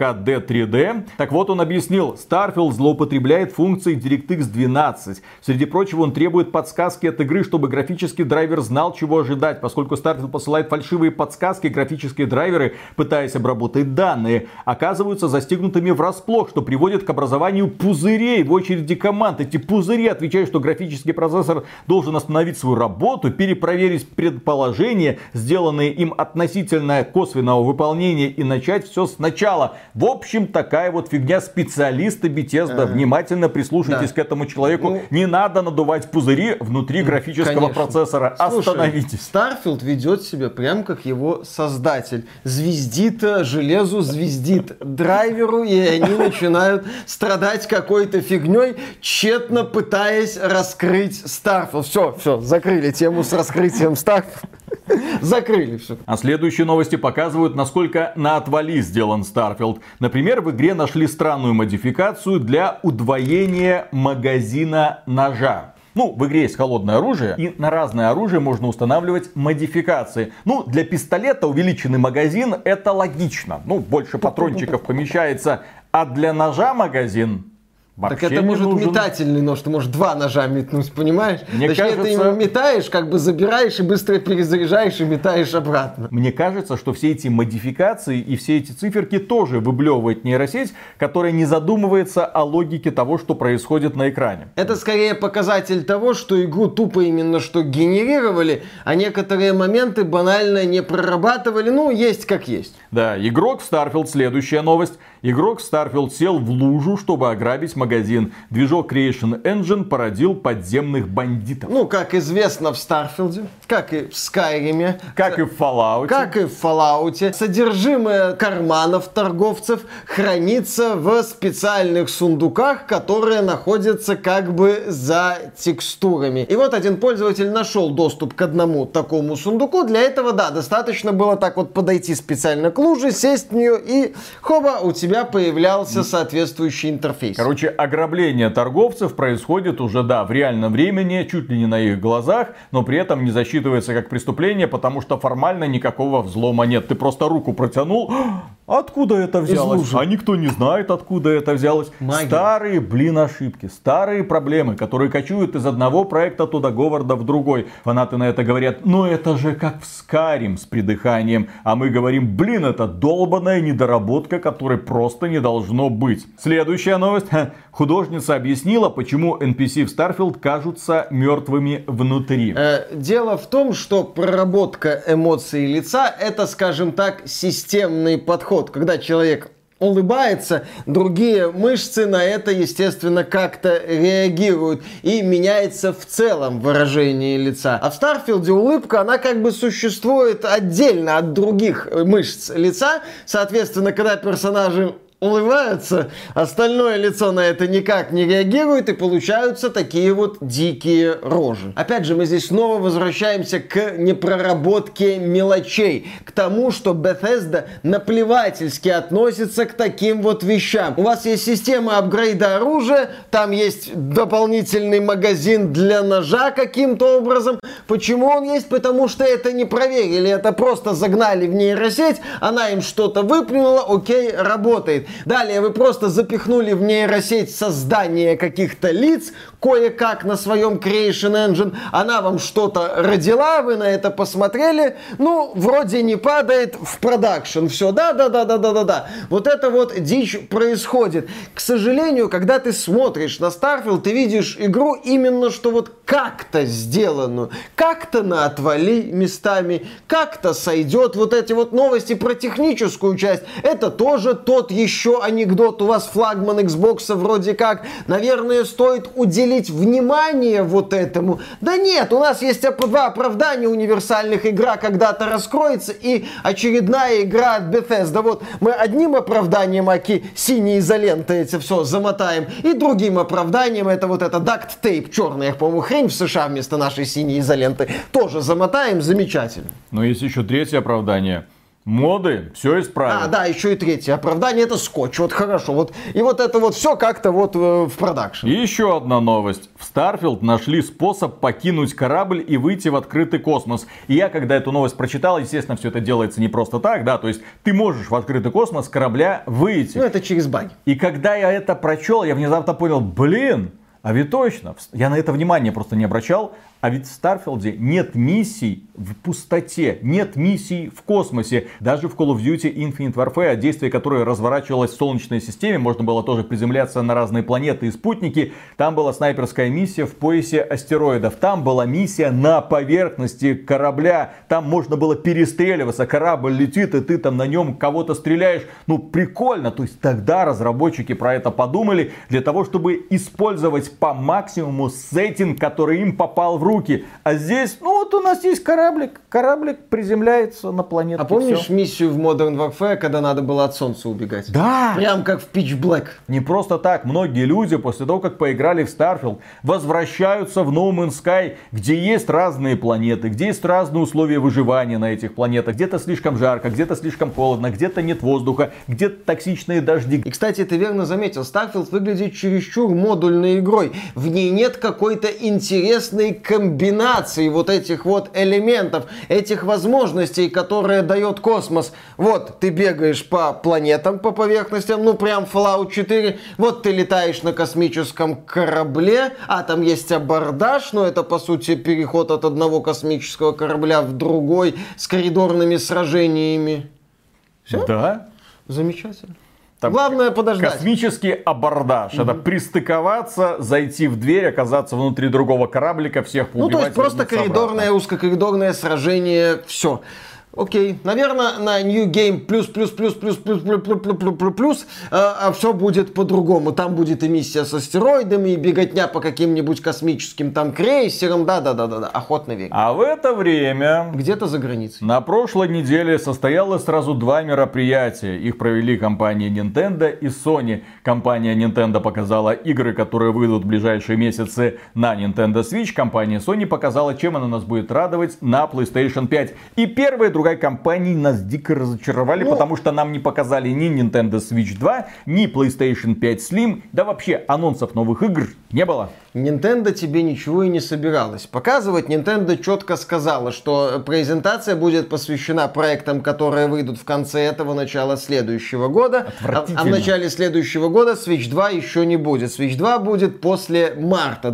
VKD3D. Так вот, он объяснил, Starfield злоупотребляет функцией DirectX 12. Среди прочего, он требует подсказки от игры, чтобы графический драйвер знал, чего ожидать. Поскольку Starfield посылает фальшивые подсказки, графические драйверы, пытаясь обработать данные, оказываются застигнутыми врасплох, что приводит к образованию пузырей в очереди команд. Эти пузыри отвечают, что графический процессор должен остановить свою работу, перепроверить предположения, сделанные им относительно косвенного выполнения, и начать все сначала. В общем, такая вот фигня. Специалисты Bethesda, внимательно прислушайтесь к этому человеку. Не надо надувать пузыри внутри графического процессора. Слушай, остановитесь. Starfield ведет себя прям как его создатель. Звездит железу, звездит драйверу, и они начинают страдать какой-то фигней, тщетно пытаясь раскрыть Starfield. Все, закрыли тему с раскрытием Starfield. Закрыли все. А следующие новости показывают, насколько на отвали сделан Starfield. Например, в игре нашли странную модификацию для удвоения магазина ножа. В игре есть холодное оружие, и на разное оружие можно устанавливать модификации. Для пистолета увеличенный магазин — это логично. Больше патрончиков помещается. А для ножа магазин вообще так это не может нужен. Метательный нож, ты можешь 2 ножа метнуть, понимаешь? Мне Точнее, кажется, ты его метаешь, как бы забираешь и быстро перезаряжаешь и метаешь обратно. Мне кажется, что все эти модификации и все эти циферки тоже выблевывает нейросеть, которая не задумывается о логике того, что происходит на экране. Это скорее показатель того, что игру тупо именно что генерировали, а некоторые моменты банально не прорабатывали. Есть как есть. Да, игрок в Starfield, следующая новость. Игрок в Starfield сел в лужу, чтобы ограбить магазин. Движок Creation Engine породил подземных бандитов. Как известно в Starfield, как и в Skyrim, как и в Fallout. Как и в Fallout, содержимое карманов торговцев хранится в специальных сундуках, которые находятся как бы за текстурами. И вот один пользователь нашел доступ к одному такому сундуку. Для этого, достаточно было так вот подойти специально к луже, сесть в нее и хоба, у тебя появлялся соответствующий интерфейс. Короче, ограбление торговцев происходит уже, в реальном времени, чуть ли не на их глазах, но при этом не засчитывается как преступление, потому что формально никакого взлома нет. Ты просто руку протянул, откуда это взялось? А никто не знает, откуда это взялось. Магия. Старые, ошибки, старые проблемы, которые кочуют из одного проекта туда Говарда в другой. Фанаты на это говорят, это же как в Skyrim с придыханием. А мы говорим, это долбаная недоработка, которой просто не должно быть. Следующая новость. Художница объяснила, почему NPC в Starfield кажутся мертвыми внутри. Дело в том, что проработка эмоций лица — это, скажем так, системный подход. Когда человек улыбается, другие мышцы на это, естественно, как-то реагируют. И меняется в целом выражение лица. А в Старфилде улыбка, она как бы существует отдельно от других мышц лица. Соответственно, когда персонажи улыбаются, остальное лицо на это никак не реагирует, и получаются такие вот дикие рожи. Опять же, мы здесь снова возвращаемся к непроработке мелочей, к тому, что Bethesda наплевательски относится к таким вот вещам. У вас есть система апгрейда оружия, там есть дополнительный магазин для ножа каким-то образом. Почему он есть? Потому что это не проверили, это просто загнали в нейросеть, она им что-то выплюнула, окей, работает. Далее вы просто запихнули в нейросеть создание каких-то лиц, кое-как на своем Creation Engine, она вам что-то родила, вы на это посмотрели, вроде не падает в продакшн, все, да. Вот это вот дичь происходит. К сожалению, когда ты смотришь на Starfield, ты видишь игру именно что вот как-то сделанную, как-то на отвали местами, как-то сойдет. Вот эти вот новости про техническую часть, это тоже тот еще анекдот. У вас флагман Xbox вроде как. Наверное, стоит уделить внимание вот этому. Да нет, у нас есть 2 оправдания универсальных. Игра когда-то раскроется, и очередная игра от Bethesda. Вот мы одним оправданием синей изолентой это все замотаем, и другим оправданием это вот это duct tape, черная, по-моему, хрень хрень в США вместо нашей синей изоленты. Тоже замотаем, замечательно. Но есть еще третье оправдание. Моды все исправят. Да, еще и третье оправдание — это скотч. Вот хорошо. Вот, и вот это вот все как-то вот в продакшн. И еще одна новость. В Starfield нашли способ покинуть корабль и выйти в открытый космос. И я, когда эту новость прочитал, естественно, все это делается не просто так, да, то есть ты можешь в открытый космос с корабля выйти. Ну, это через баги. И когда я это прочел, я внезапно понял, а ведь точно, я на это внимание просто не обращал, а ведь в Старфилде нет миссий в пустоте, нет миссий в космосе. Даже в Call of Duty Infinite Warfare, действие которое разворачивалось в Солнечной системе, можно было тоже приземляться на разные планеты и спутники. Там была снайперская миссия в поясе астероидов. Там была миссия на поверхности корабля. Там можно было перестреливаться. Корабль летит, и ты там на нем кого-то стреляешь. Ну, прикольно. То есть тогда разработчики про это подумали, для того, чтобы использовать по максимуму сеттинг, который им попал в руки. А здесь, ну вот у нас есть кораблик приземляется на планету. А помнишь миссию в Modern Warfare, когда надо было от солнца убегать? Да! Прям как в Pitch Black. Не просто так. Многие люди после того, как поиграли в Starfield, возвращаются в No Man's Sky, где есть разные планеты, где есть разные условия выживания на этих планетах. Где-то слишком жарко, где-то слишком холодно, где-то нет воздуха, где-то токсичные дожди. И, кстати, ты верно заметил, Starfield выглядит чересчур модульной игрой. В ней нет какой-то интересной комбинации вот этих вот элементов, этих возможностей, которые дает космос. Вот ты бегаешь по планетам, по поверхностям, ну прям Fallout 4. Вот ты летаешь на космическом корабле, там есть абордаж, но это по сути переход от одного космического корабля в другой с коридорными сражениями. Все? Да. Замечательно. Там главное подождать. Космический абордаж. Это пристыковаться, зайти в дверь, оказаться внутри другого кораблика, всех поубивать. Ну, то есть просто коридорное, обратно. узкокоридорное сражение, все. Окей, наверное, на New Game плюс, все будет по-другому. Там будет и миссия с астероидами, и беготня по каким-нибудь космическим там крейсерам. Да, охотно верю. А в это время... Где-то за границей. На прошлой неделе состоялось сразу два мероприятия. Их провели компании Nintendo и Sony. Компания Nintendo показала игры, которые выйдут в ближайшие месяцы на Nintendo Switch. Компания Sony показала, чем она нас будет радовать на PlayStation 5. И первая и другая компании нас дико разочаровали, потому что нам не показали ни Nintendo Switch 2, ни PlayStation 5 Slim. Да вообще анонсов новых игр не было. Nintendo тебе ничего и не собиралась показывать. Nintendo четко сказала, что презентация будет посвящена проектам, которые выйдут в конце этого, начала следующего года. А в начале следующего года Switch 2 еще не будет. Switch 2 будет после марта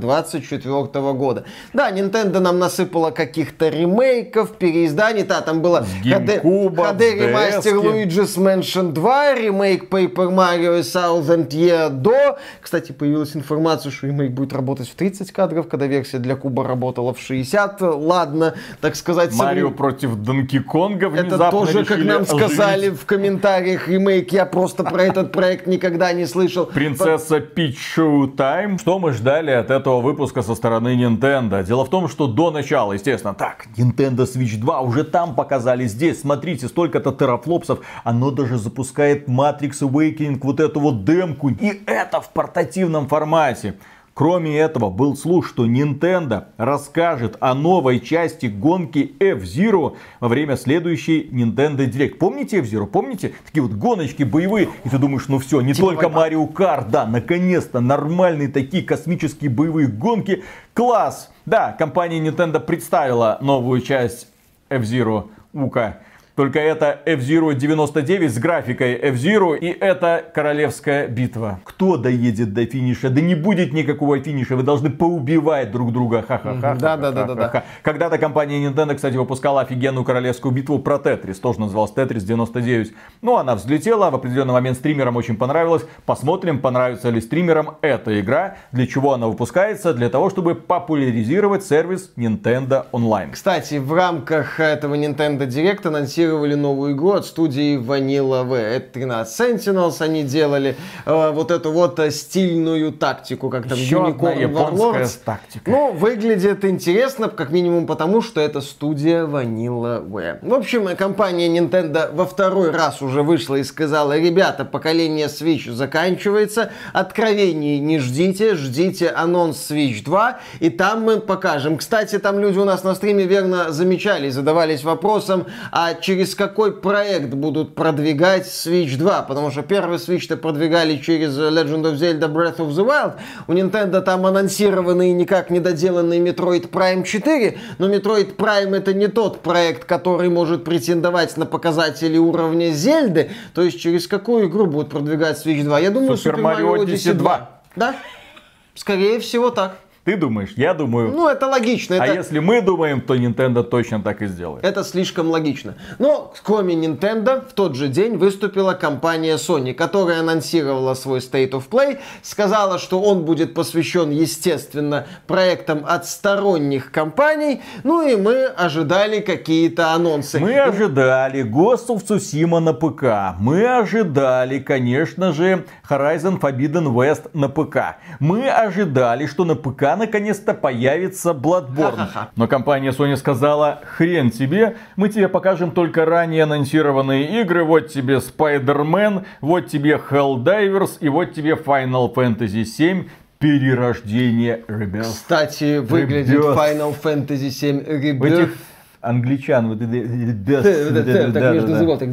2024 года. Да, Nintendo нам насыпала каких-то ремейков, переизданий. Да, там было HD ремастер Luigi's Mansion 2, ремейк Paper Mario Thousand Year Do. Кстати, появилась информация, что ремейк будет работать в 30 кадров, когда версия для Куба работала в 60. Ладно, так сказать... Марио против Донки Конга внезапно это тоже, как нам сказали в комментариях, ремейк. Я просто про этот проект никогда не слышал. Принцесса Пич Showtime. Что мы ждали от этого выпуска со стороны Nintendo? Дело в том, что до начала, естественно, Nintendo Switch 2 уже там показали, здесь, смотрите, столько-то терафлопсов. Оно даже запускает Matrix Awakening, вот эту вот демку. И это в портативном формате. Кроме этого, был слух, что Nintendo расскажет о новой части гонки F-Zero во время следующей Nintendo Direct. Помните F-Zero? Помните? Такие вот гоночки боевые. И ты думаешь, ну все, не только Mario Kart. Да, наконец-то нормальные такие космические боевые гонки. Класс! Да, компания Nintendo представила новую часть F-Zero УК. Только это F-Zero 99 с графикой F-Zero, и это королевская битва. Кто доедет до финиша? Да не будет никакого финиша, вы должны поубивать друг друга. Ха-ха-ха. Да. Когда-то компания Nintendo, кстати, выпускала офигенную королевскую битву про Тетрис. Тоже называлась Тетрис 99. Ну, она взлетела, в определенный момент стримерам очень понравилась. Посмотрим, понравится ли стримерам эта игра. Для чего она выпускается? Для того, чтобы популяризировать сервис Nintendo Online. Кстати, в рамках этого Nintendo Direct анонсировали анонсировали новую игру от студии Vanilla V. Это 13 Sentinels они делали. Вот эту вот стильную тактику, как там Еще одна Unicorn японская Warlords. тактика. Ну, выглядит интересно, как минимум потому, что это студия Vanilla V. В общем, компания Nintendo во второй раз уже вышла и сказала: ребята, поколение Switch заканчивается, откровений не ждите, ждите анонс Switch 2, и там мы покажем. Кстати, там люди у нас на стриме верно замечали, задавались вопросом, а через какой проект будут продвигать Switch 2, потому что первый Switch-то продвигали через Legend of Zelda Breath of the Wild, у Nintendo там анонсированный никак не доделанный Metroid Prime 4, но Metroid Prime это не тот проект, который может претендовать на показатели уровня Зельды, то есть через какую игру будут продвигать Switch 2? Я думаю, Super Mario Odyssey 2. Да? Скорее всего так. Ты думаешь, я думаю. Ну, это логично. А это... если мы думаем, то Nintendo точно так и сделает. Это слишком логично. Но, кроме Nintendo, в тот же день выступила компания Sony, которая анонсировала свой State of Play, сказала, что он будет посвящен, естественно, проектам от сторонних компаний, ну и мы ожидали какие-то анонсы. Мы ожидали Ghost of Tsushima на ПК. Мы ожидали, конечно же, Horizon Forbidden West на ПК. Мы ожидали, что на ПК наконец-то появится Bloodborne. Ха-ха-ха. Но компания Sony сказала: хрен тебе, мы тебе покажем только ранее анонсированные игры. Вот тебе Spider-Man, вот тебе Helldivers и вот тебе Final Fantasy VII. Перерождение, ребят. Кстати, выглядит Ребят. Final Fantasy VII В Rebirth. этих англичан, вот это Так между зубов, так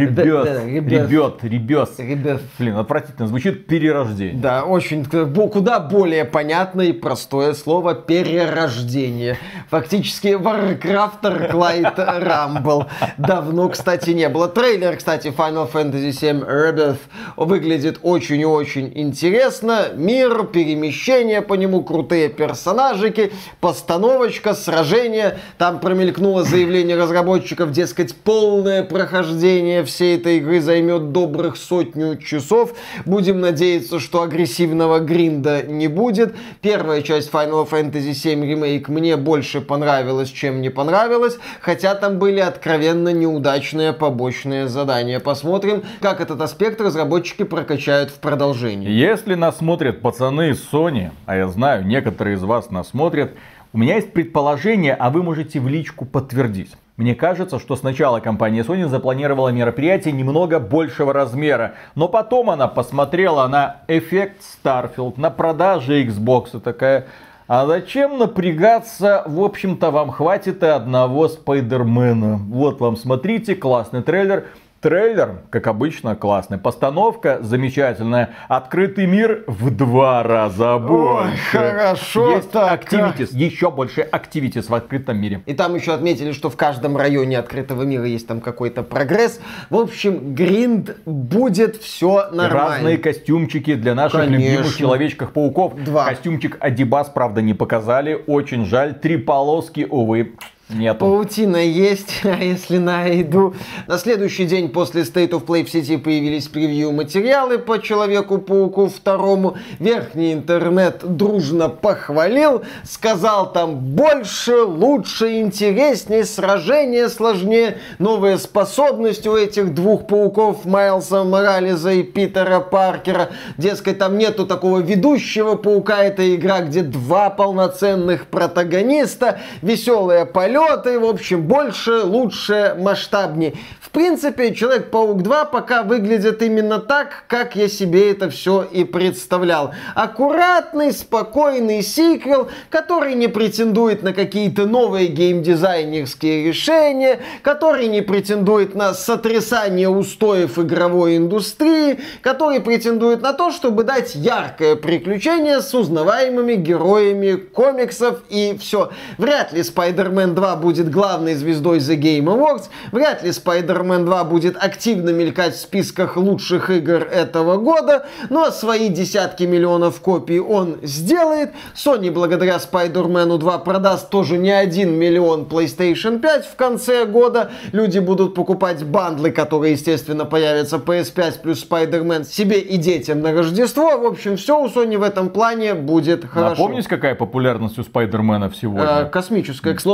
ребят. Блин, отвратительно звучит перерождение. Да, очень, куда более понятное и простое слово перерождение. Фактически Warcraft Клайд Рамбл. Давно, кстати, не было. Трейлер, кстати, Final Fantasy VII Rebirth выглядит очень и очень интересно. Мир, перемещение по нему, крутые персонажики, постановочка, сражение. Там промелькнуло заявление разработчиков, дескать, полное прохождение всей этой игры займет добрых 100 часов. Будем надеяться, что агрессивного гринда не будет. Первая часть Final Fantasy VII Remake мне больше понравилась, чем не понравилась, хотя там были откровенно неудачные побочные задания. Посмотрим, как этот аспект разработчики прокачают в продолжении. Если нас смотрят пацаны из Sony, а я знаю, некоторые из вас нас смотрят, у меня есть предположение, а вы можете в личку подтвердить. Мне кажется, что сначала компания Sony запланировала мероприятие немного большего размера, но потом она посмотрела на эффект Starfield, на продажи Xbox и такая: а зачем напрягаться? В общем-то, вам хватит и одного Спайдермена. Вот вам, смотрите, классный трейлер. Трейлер, как обычно, классный. Постановка замечательная. Открытый мир в 2 раза больше. Ой, хорошо. Есть Activities, еще больше Activities в открытом мире. И там еще отметили, что в каждом районе открытого мира есть там какой-то прогресс. В общем, гринд будет, все нормально. Разные костюмчики для наших любимых Человечков-пауков. 2. Костюмчик Адибас, правда, не показали. Очень жаль. 3 полоски, увы. Нету. Паутина есть, а если найду. На следующий день после State of Play в сети появились превью-материалы по Человеку-пауку 2. Верхний интернет дружно похвалил, сказал там больше, лучше, интереснее, сражение сложнее, новые способности у этих 2 пауков, Майлса Моралеса и Питера Паркера. Дескать, там нету такого ведущего паука, это игра, где 2 полноценных протагониста, веселые полеты, в общем, больше, лучше, масштабнее. В принципе, Человек-паук 2 пока выглядит именно так, как я себе это все и представлял. Аккуратный, спокойный сиквел, который не претендует на какие-то новые геймдизайнерские решения, который не претендует на сотрясание устоев игровой индустрии, который претендует на то, чтобы дать яркое приключение с узнаваемыми героями комиксов и все. Вряд ли Spider-Man 2 будет главной звездой The Game Awards, вряд ли Spider-Man 2 будет активно мелькать в списках лучших игр этого года, но свои десятки миллионов копий он сделает. Sony благодаря Spider-Man 2 продаст тоже не 1 миллион PlayStation 5 в конце года. Люди будут покупать бандлы, которые, естественно, появятся PS5 плюс Spider-Man себе и детям на Рождество. В общем, все у Sony в этом плане будет хорошо. Напомните, какая популярность у Спайдермена сегодня? Космическая. К слову,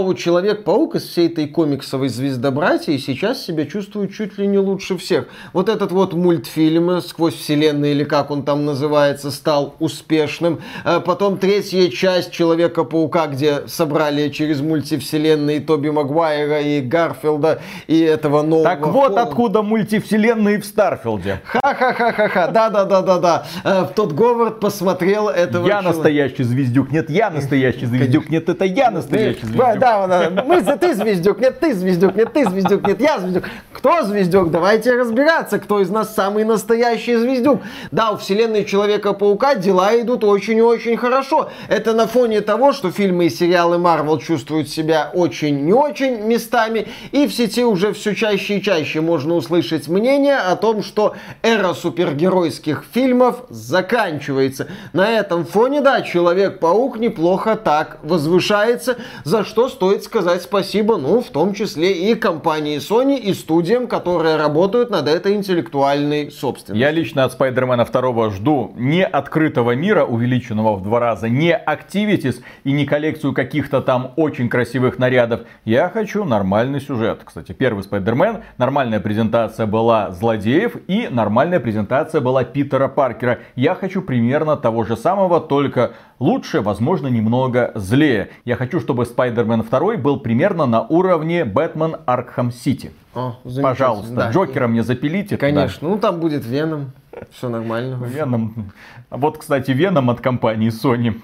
Человек-паук из всей этой комиксовой звездобратьи сейчас себя чувствует чуть ли не лучше всех. Вот этот вот мультфильм «Сквозь вселенную», или как он там называется, стал успешным. Потом третья часть Человека-паука, где собрали через мультивселенные Тоби Магуайра и Гарфилда, и этого нового... Так вот откуда мультивселенные в Старфилде. Ха-ха-ха-ха-ха, да-да-да-да-да. Тот Говард посмотрел этого... Я настоящий звездюк, нет, я настоящий звездюк, нет, это я настоящий звездюк. Да, ты звездюк, нет, ты звездюк, нет, ты звездюк, нет, я звездюк. Кто звездюк? Давайте разбираться, кто из нас самый настоящий звездюк. Да, у вселенной Человека-паука дела идут очень-очень хорошо. Это на фоне того, что фильмы и сериалы Marvel чувствуют себя очень не очень местами, и в сети уже все чаще и чаще можно услышать мнение о том, что эра супергеройских фильмов заканчивается. На этом фоне, да, Человек-паук неплохо так возвышается, за что стоит сказать спасибо, ну, в том числе и компании Sony, и студиям, которые работают над этой интеллектуальной собственностью. Я лично от Спайдермена 2 жду не открытого мира, увеличенного в 2 раза, не Activities и не коллекцию каких-то там очень красивых нарядов. Я хочу нормальный сюжет. Кстати, первый Спайдермен, нормальная презентация была злодеев и нормальная презентация была Питера Паркера. Я хочу примерно того же самого, только лучше, возможно, немного злее. Я хочу, чтобы Спайдермен 2 был примерно на уровне Бэтмен Аркхам Сити. Пожалуйста, да. Джокера мне запилите. Конечно, да. Ну там будет Веном, все нормально. Веном. Вот, кстати, Веном от компании Sony.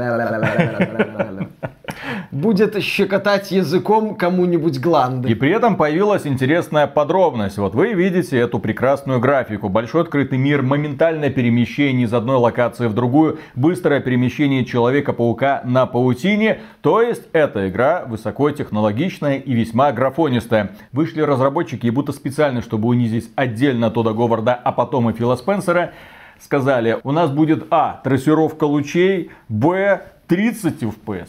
Будет щекотать языком кому-нибудь гланды. И при этом появилась интересная подробность. Вот вы видите эту прекрасную графику. Большой открытый мир, моментальное перемещение из одной локации в другую, быстрое перемещение Человека-паука на паутине. То есть эта игра высокотехнологичная и весьма графонистая. Вышли разработчики и будто специально, чтобы унизить отдельно Тодда Говарда, а потом и Фила Спенсера, сказали, у нас будет трассировка лучей, тридцать FPS,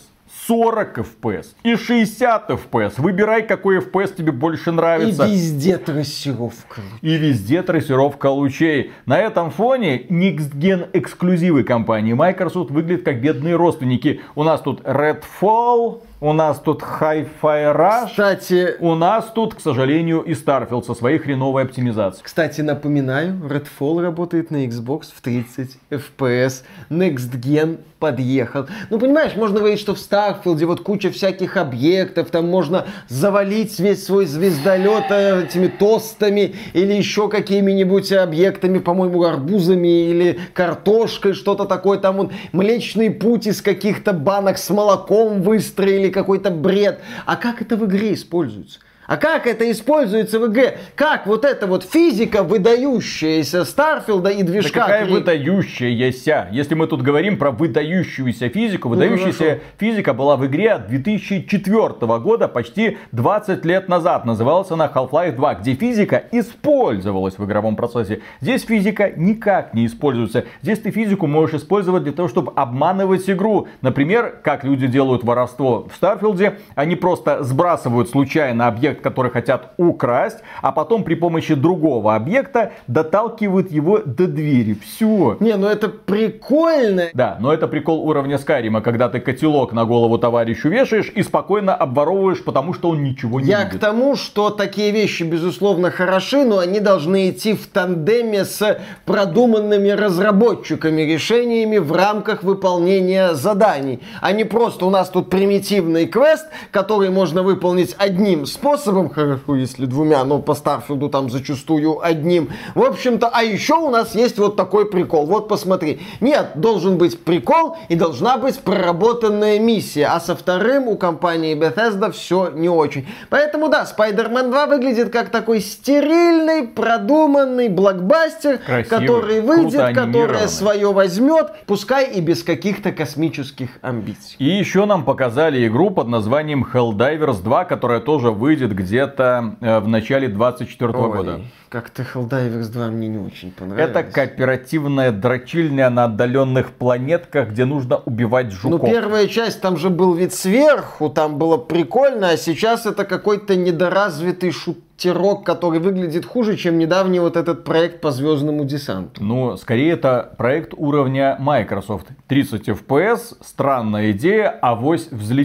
40 FPS и 60 FPS. Выбирай, какой FPS тебе больше нравится. И везде трассировка. И везде трассировка лучей. На этом фоне Next Gen эксклюзивы компании Microsoft выглядят как бедные родственники. У нас тут Redfall, у нас тут Hi-Fi Rush. Кстати, у нас тут, к сожалению, и Starfield со своей хреновой оптимизацией. Кстати, напоминаю, Redfall работает на Xbox в 30 FPS. Next Gen подъехал. Ну, понимаешь, можно говорить, что в Starfield вот куча всяких объектов, там можно завалить весь свой звездолет этими тостами или еще какими-нибудь объектами, по-моему, арбузами или картошкой, что-то такое. Там вон Млечный Путь из каких-то банок с молоком выстроили, какой-то бред. А как это в игре используется? А как это используется в игре? Как вот эта вот физика, выдающаяся Старфилда и движка... Да какая выдающаяся? Если мы тут говорим про выдающуюся физику, выдающаяся физика была в игре 2004 года, почти 20 лет назад. Называлась она Half-Life 2, где физика использовалась в игровом процессе. Здесь физика никак не используется. Здесь ты физику можешь использовать для того, чтобы обманывать игру. Например, как люди делают воровство в Старфилде. Они просто сбрасывают случайно объект, который хотят украсть, а потом при помощи другого объекта доталкивают его до двери. Все. Не, ну это прикольно. Да, но это прикол уровня Скайрима, когда ты котелок на голову товарищу вешаешь и спокойно обворовываешь, потому что он ничего не видит. Я к тому, что такие вещи, безусловно, хороши, но они должны идти в тандеме с продуманными разработчиками, решениями в рамках выполнения заданий. А не просто у нас тут примитивный квест, который можно выполнить одним способом, хорошо, если двумя, но по Старфилду там зачастую одним. В общем-то, а еще у нас есть вот такой прикол. Вот посмотри. Нет, должен быть прикол и должна быть проработанная миссия. А со вторым у компании Bethesda все не очень. Поэтому да, Spider-Man 2 выглядит как такой стерильный, продуманный блокбастер, красивый, который выйдет, который свое возьмет, пускай и без каких-то космических амбиций. И еще нам показали игру под названием Helldivers 2, которая тоже выйдет где-то в начале 2024 года. Как-то Helldivers 2 мне не очень понравилось. Это кооперативная дрочильня на отдаленных планетках, где нужно убивать жуков. Ну, первая часть, там же был вид сверху, там было прикольно, а сейчас это какой-то недоразвитый шутерок, который выглядит хуже, чем недавний вот этот проект по Звездному десанту. Ну, скорее это проект уровня Microsoft. 30 FPS, странная идея, авось взлетит.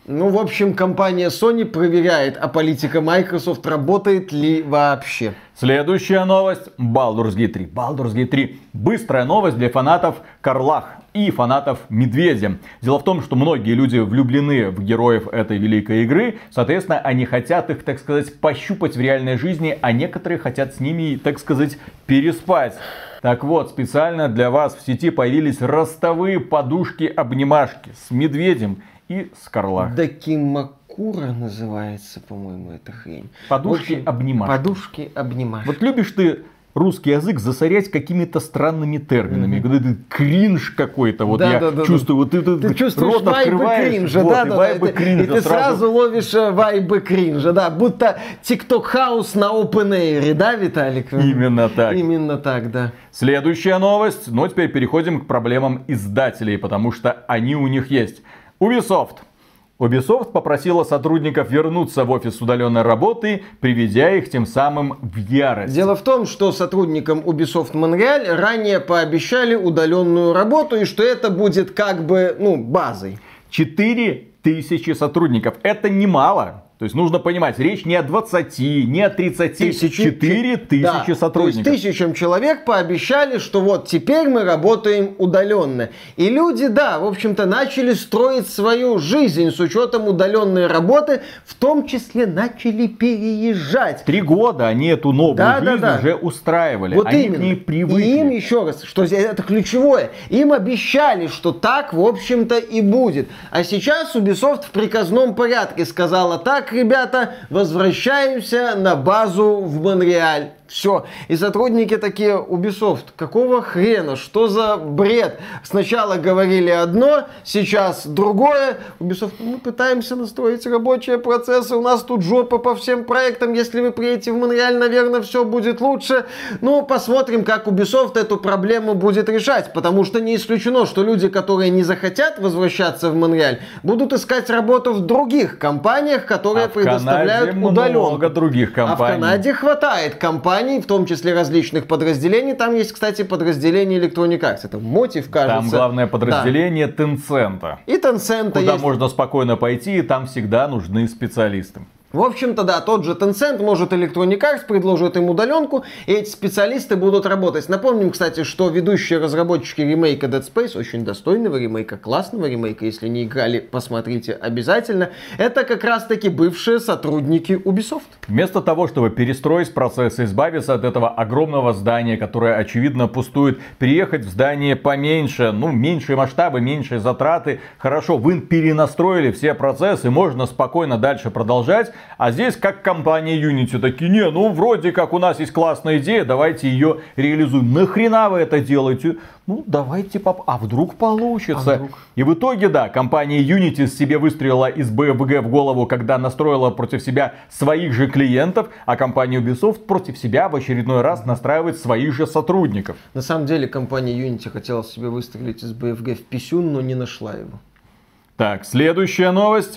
Ну, в общем, компания Sony проверяет, а политика Microsoft работает ли вообще. Следующая новость. Baldur's Gate 3. Baldur's Gate 3. Быстрая новость для фанатов Карлах и фанатов Медведя. Дело в том, что многие люди влюблены в героев этой великой игры. Соответственно, они хотят их, так сказать, пощупать в реальной жизни, а некоторые хотят с ними, так сказать, переспать. Так вот, специально для вас в сети появились ростовые подушки-обнимашки с Медведем и с Карлах. Дакимакура называется, по-моему, эта хрень. Подушки-обнимашки. Подушки-обнимашки. Вот любишь ты русский язык засорять какими-то странными терминами. Вот этот кринж какой-то, вот я чувствую. Вот ты чувствуешь вайбы кринжа, и ты сразу ловишь вайбы кринжа, да, будто TikTok House на Open Air, да, Виталик? Именно так. Именно так, да. Следующая новость, но теперь переходим к проблемам издателей, потому что они у них есть. Ubisoft попросила сотрудников вернуться в офис удаленной работы, приведя их тем самым в ярость. Дело в том, что сотрудникам Ubisoft Montreal ранее пообещали удаленную работу, и что это будет как бы, базой. 4000 сотрудников. Это немало. То есть нужно понимать, речь не о 20, не о 30, 4000 сотрудников. То есть 1000 человек пообещали, что вот теперь мы работаем удаленно. И люди, в общем-то, начали строить свою жизнь с учетом удаленной работы, в том числе начали переезжать. 3 года они эту новую жизнь уже устраивали. Вот они именно. к ней привыкли. И им, еще раз, что это ключевое, им обещали, что так, в общем-то, и будет. А сейчас Ubisoft в приказном порядке сказала: так, ребята, возвращаемся на базу в Монреаль. Все. И сотрудники такие: Ubisoft, какого хрена? Что за бред? Сначала говорили одно, сейчас другое. Ubisoft, мы пытаемся настроить рабочие процессы, у нас тут жопа по всем проектам. Если вы приедете в Монреаль, наверное, все будет лучше. Посмотрим, как Ubisoft эту проблему будет решать. Потому что не исключено, что люди, которые не захотят возвращаться в Монреаль, будут искать работу в других компаниях, которые предоставляют удаленку. Много других компаний. А в Канаде хватает компаний, в том числе различных подразделений. Там есть, кстати, подразделение Electronic Arts. Это Motive, кажется. Там главное подразделение Tencent. И Tencent куда есть. можно спокойно пойти, и там всегда нужны специалисты. В общем-то, тот же Tencent, может, Electronic Arts предложит им удаленку, и эти специалисты будут работать. Напомним, кстати, что ведущие разработчики ремейка Dead Space, очень достойного ремейка, классного ремейка, если не играли, посмотрите обязательно, это как раз-таки бывшие сотрудники Ubisoft. Вместо того, чтобы перестроить процесс и избавиться от этого огромного здания, которое, очевидно, пустует, переехать в здание поменьше, меньшие масштабы, меньшие затраты, хорошо, вы перенастроили все процессы, можно спокойно дальше продолжать. А здесь, как компания Unity, такие: вроде как у нас есть классная идея, давайте ее реализуем. Нахрена вы это делаете? Давайте а вдруг получится? И в итоге, компания Unity себе выстрелила из BFG в голову, когда настроила против себя своих же клиентов, а компания Ubisoft против себя в очередной раз настраивает своих же сотрудников. На самом деле, компания Unity хотела себе выстрелить из BFG в писюн, но не нашла его. Так, следующая новость.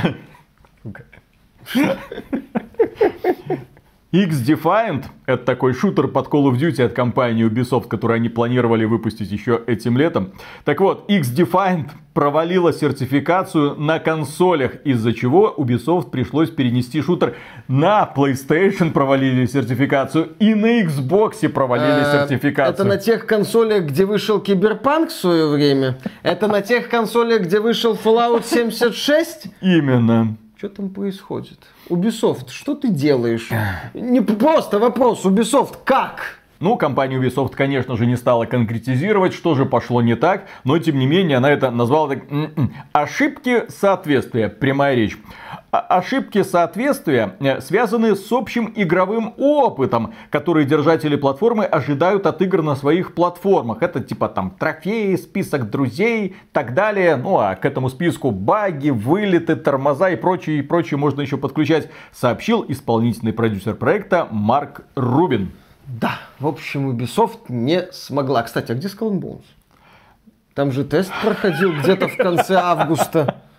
X-Defiant — это такой шутер под Call of Duty от компании Ubisoft, который они планировали выпустить еще этим летом. Так вот, X-Defiant провалила сертификацию на консолях, из-за чего Ubisoft пришлось перенести шутер на PlayStation, провалили сертификацию, и на Xbox провалили сертификацию. Это на тех консолях, где вышел Киберпанк в свое время? Это на тех консолях, где вышел Fallout 76? Именно. Что там происходит? Ubisoft, что ты делаешь? Не просто вопрос, Ubisoft, как? Компания Ubisoft, конечно же, не стала конкретизировать, что же пошло не так, но, тем не менее, она это назвала так: ошибки соответствия, прямая речь. Ошибки соответствия связаны с общим игровым опытом, который держатели платформы ожидают от игр на своих платформах. Это типа трофеи, список друзей и так далее. А к этому списку баги, вылеты, тормоза и прочее можно еще подключать, сообщил исполнительный продюсер проекта Марк Рубин. Да, в общем, Ubisoft не смогла. Кстати, а где Skull and Bones? Там же тест проходил где-то в конце августа.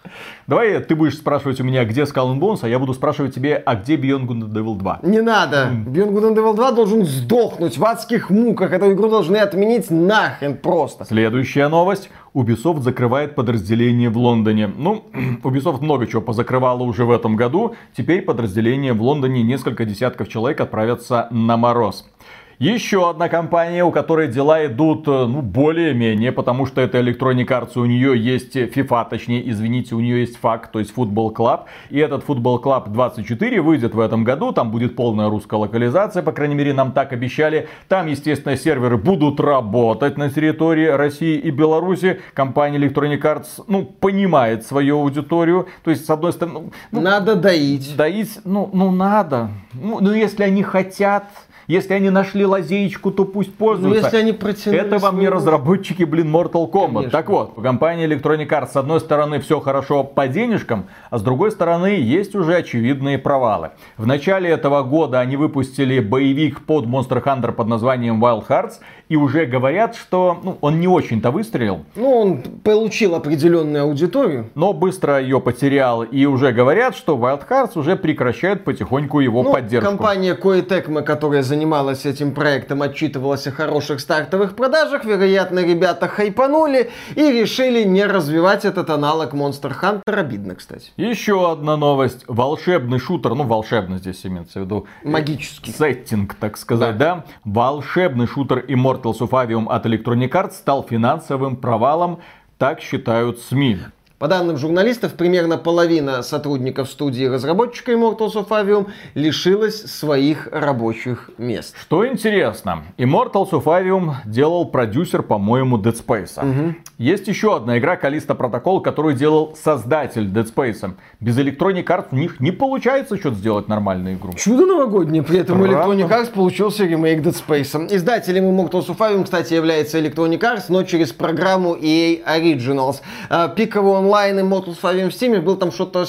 Давай ты будешь спрашивать у меня, где Skull and Bones, а я буду спрашивать тебе, а где Beyond Good and Evil 2? Не надо. Beyond Good and Evil 2 должен сдохнуть в адских муках. Эту игру должны отменить нахрен просто. Следующая новость. Ubisoft закрывает подразделение в Лондоне. Ну, Ubisoft много чего позакрывала уже в этом году. Теперь подразделение в Лондоне, несколько десятков человек отправятся на мороз. Еще одна компания, у которой дела идут, более-менее, потому что это Electronic Arts, у нее есть FIFA, точнее, извините, у нее есть FAC, то есть Football Club. И этот Football Club 24 выйдет в этом году, там будет полная русская локализация, по крайней мере, нам так обещали. Там, естественно, серверы будут работать на территории России и Беларуси. Компания Electronic Arts, понимает свою аудиторию. То есть, с одной стороны... надо доить. Доить, надо. Если они хотят... Если они нашли лазеечку, то пусть пользуются. Если они протянули это вам не разработчики, Mortal Kombat. Конечно. Так вот, компания Electronic Arts, с одной стороны, все хорошо по денежкам, а с другой стороны, есть уже очевидные провалы. В начале этого года они выпустили боевик под Monster Hunter под названием Wild Hearts, и уже говорят, что он не очень-то выстрелил. Он получил определенную аудиторию. Но быстро ее потерял, и уже говорят, что Wild Hearts уже прекращает потихоньку его поддержку. Компания Koei Tecmo, которая занималась этим проектом, отчитывалась о хороших стартовых продажах. Вероятно, ребята хайпанули и решили не развивать этот аналог Monster Hunter. Обидно, кстати. Еще одна новость. Волшебный шутер, волшебный здесь имеется в виду. Магический. Сеттинг, так сказать, да. Волшебный шутер Immortals of Aveum от Electronic Arts стал финансовым провалом, так считают СМИ. По данным журналистов, примерно половина сотрудников студии разработчика Immortals of Aveum лишилась своих рабочих мест. Что интересно, Immortals of Aveum делал продюсер, по-моему, Dead Space. Есть еще одна игра, Callisto Protocol, которую делал создатель Dead Space. Без Electronic Arts у них не получается что-то сделать нормальную игру. Чудо новогоднее, при этом у Electronic Arts получился ремейк Dead Space. Издателем Immortals of Aveum, кстати, является Electronic Arts, но через программу EA Originals. Пиковый онлайн Immortals of Aveum в Steam был там что-то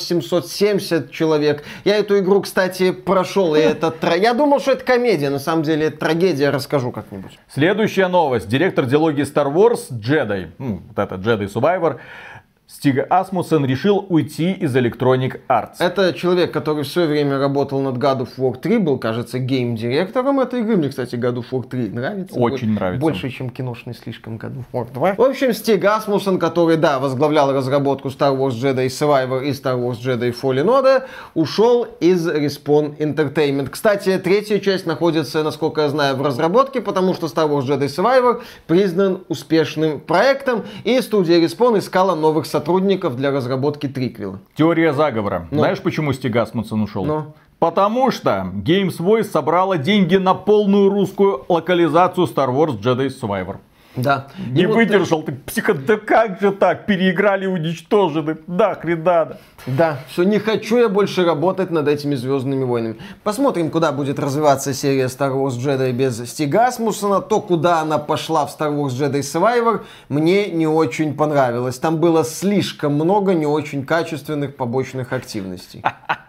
770 человек. Я эту игру, кстати, прошел, и я думал, что это комедия, на самом деле это трагедия, расскажу как-нибудь. Следующая новость. Директор диалогии Star Wars Jedi, Jedi Survivor, Стиг Асмуссен решил уйти из Electronic Arts. Это человек, который все время работал над God of War 3, был, кажется, гейм-директором этой игры. Мне, кстати, God of War 3 нравится. Очень нравится. Больше, чем киношный слишком God of War 2. В общем, Стиг Асмуссен, который, возглавлял разработку Star Wars Jedi Survivor и Star Wars Jedi Fallen Order, ушел из Respawn Entertainment. Кстати, третья часть находится, насколько я знаю, в разработке, потому что Star Wars Jedi Survivor признан успешным проектом, и студия Respawn искала новых сотрудников для разработки триквела. Теория заговора. Знаешь, почему Стиг Асмуссен ушел? Потому что Games Voice собрала деньги на полную русскую локализацию Star Wars Jedi Survivor. Да. Не выдержал, ты да как же так, переиграли, уничтожены, хрен надо. Да, все, не хочу я больше работать над этими Звездными войнами. Посмотрим, куда будет развиваться серия Star Wars Jedi без Стига Асмуссена. То, куда она пошла в Star Wars Jedi Survivor, мне не очень понравилось. Там было слишком много не очень качественных побочных активностей.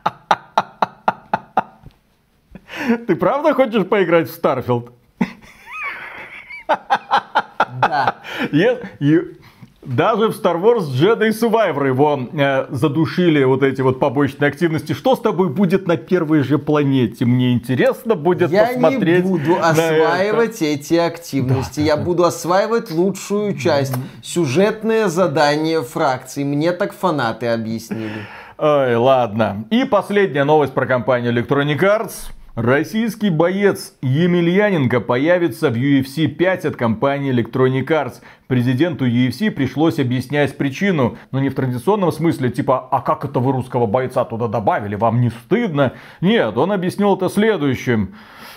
Ты правда хочешь поиграть в Starfield? Да. Даже в Star Wars Jedi Survivor его задушили вот эти вот побочные активности. Что с тобой будет на первой же планете? Мне интересно будет посмотреть. Я не буду осваивать эти активности. Я буду осваивать лучшую часть. Сюжетные задания фракций. Мне так фанаты объяснили. Ой, ладно. И последняя новость про компанию Electronic Arts. Российский боец Емельяненко появится в UFC 5 от компании Electronic Arts. Президенту UFC пришлось объяснять причину, но не в традиционном смысле, типа, а как это вы русского бойца туда добавили, вам не стыдно? Нет, он объяснил это следующим.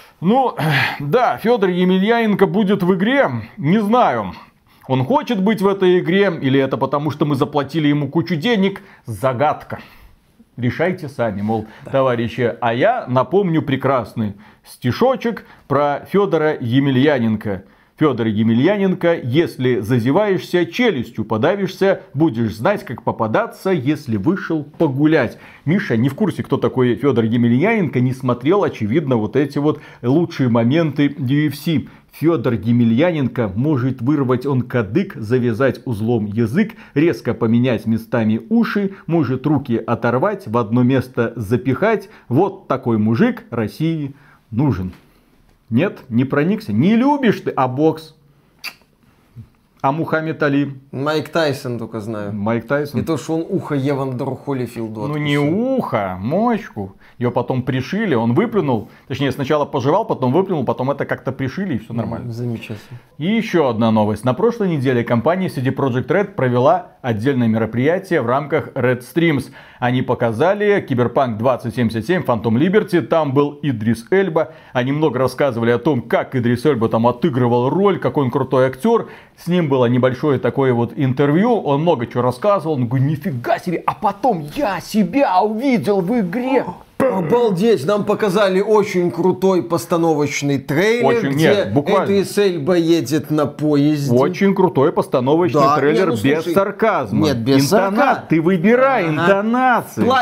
Федор Емельяненко будет в игре, не знаю. Он хочет быть в этой игре, или это потому, что мы заплатили ему кучу денег, загадка. Решайте сами, товарищи. А я напомню прекрасный стишочек про Федора Емельяненко. Федор Емельяненко, если зазеваешься, челюстью подавишься, будешь знать, как попадаться, если вышел погулять. Миша не в курсе, кто такой Федор Емельяненко, не смотрел, очевидно, вот эти вот лучшие моменты UFC. Федор Емельяненко может вырвать он кадык, завязать узлом язык, резко поменять местами уши, может руки оторвать, в одно место запихать. Вот такой мужик России нужен. Нет, не проникся. Не любишь ты, а бокс. А Мухаммед Али? Майк Тайсон только знаю. Майк Тайсон? И то, что он ухо Евандеру Холлифилду откусил. Ну не ухо, мочку. Ее потом пришили, он выплюнул. Точнее, сначала пожевал, потом выплюнул, потом это как-то пришили и все нормально. Замечательно. И еще одна новость. На прошлой неделе компания CD Projekt Red провела отдельное мероприятие в рамках Red Streams. Они показали Киберпанк 2077 Phantom Liberty. Там был Идрис Эльба. Они много рассказывали о том, как Идрис Эльба там отыгрывал роль, какой он крутой актер. С ним было небольшое такое вот интервью. Он много чего рассказывал. Он говорит, нифига себе, а потом я себя увидел в игре. Обалдеть, нам показали очень крутой постановочный трейлер, где Идрис Эльба едет на поезде. Очень крутой постановочный трейлер, без сарказма. Нет, без сарказма. Ты выбирай интонации. В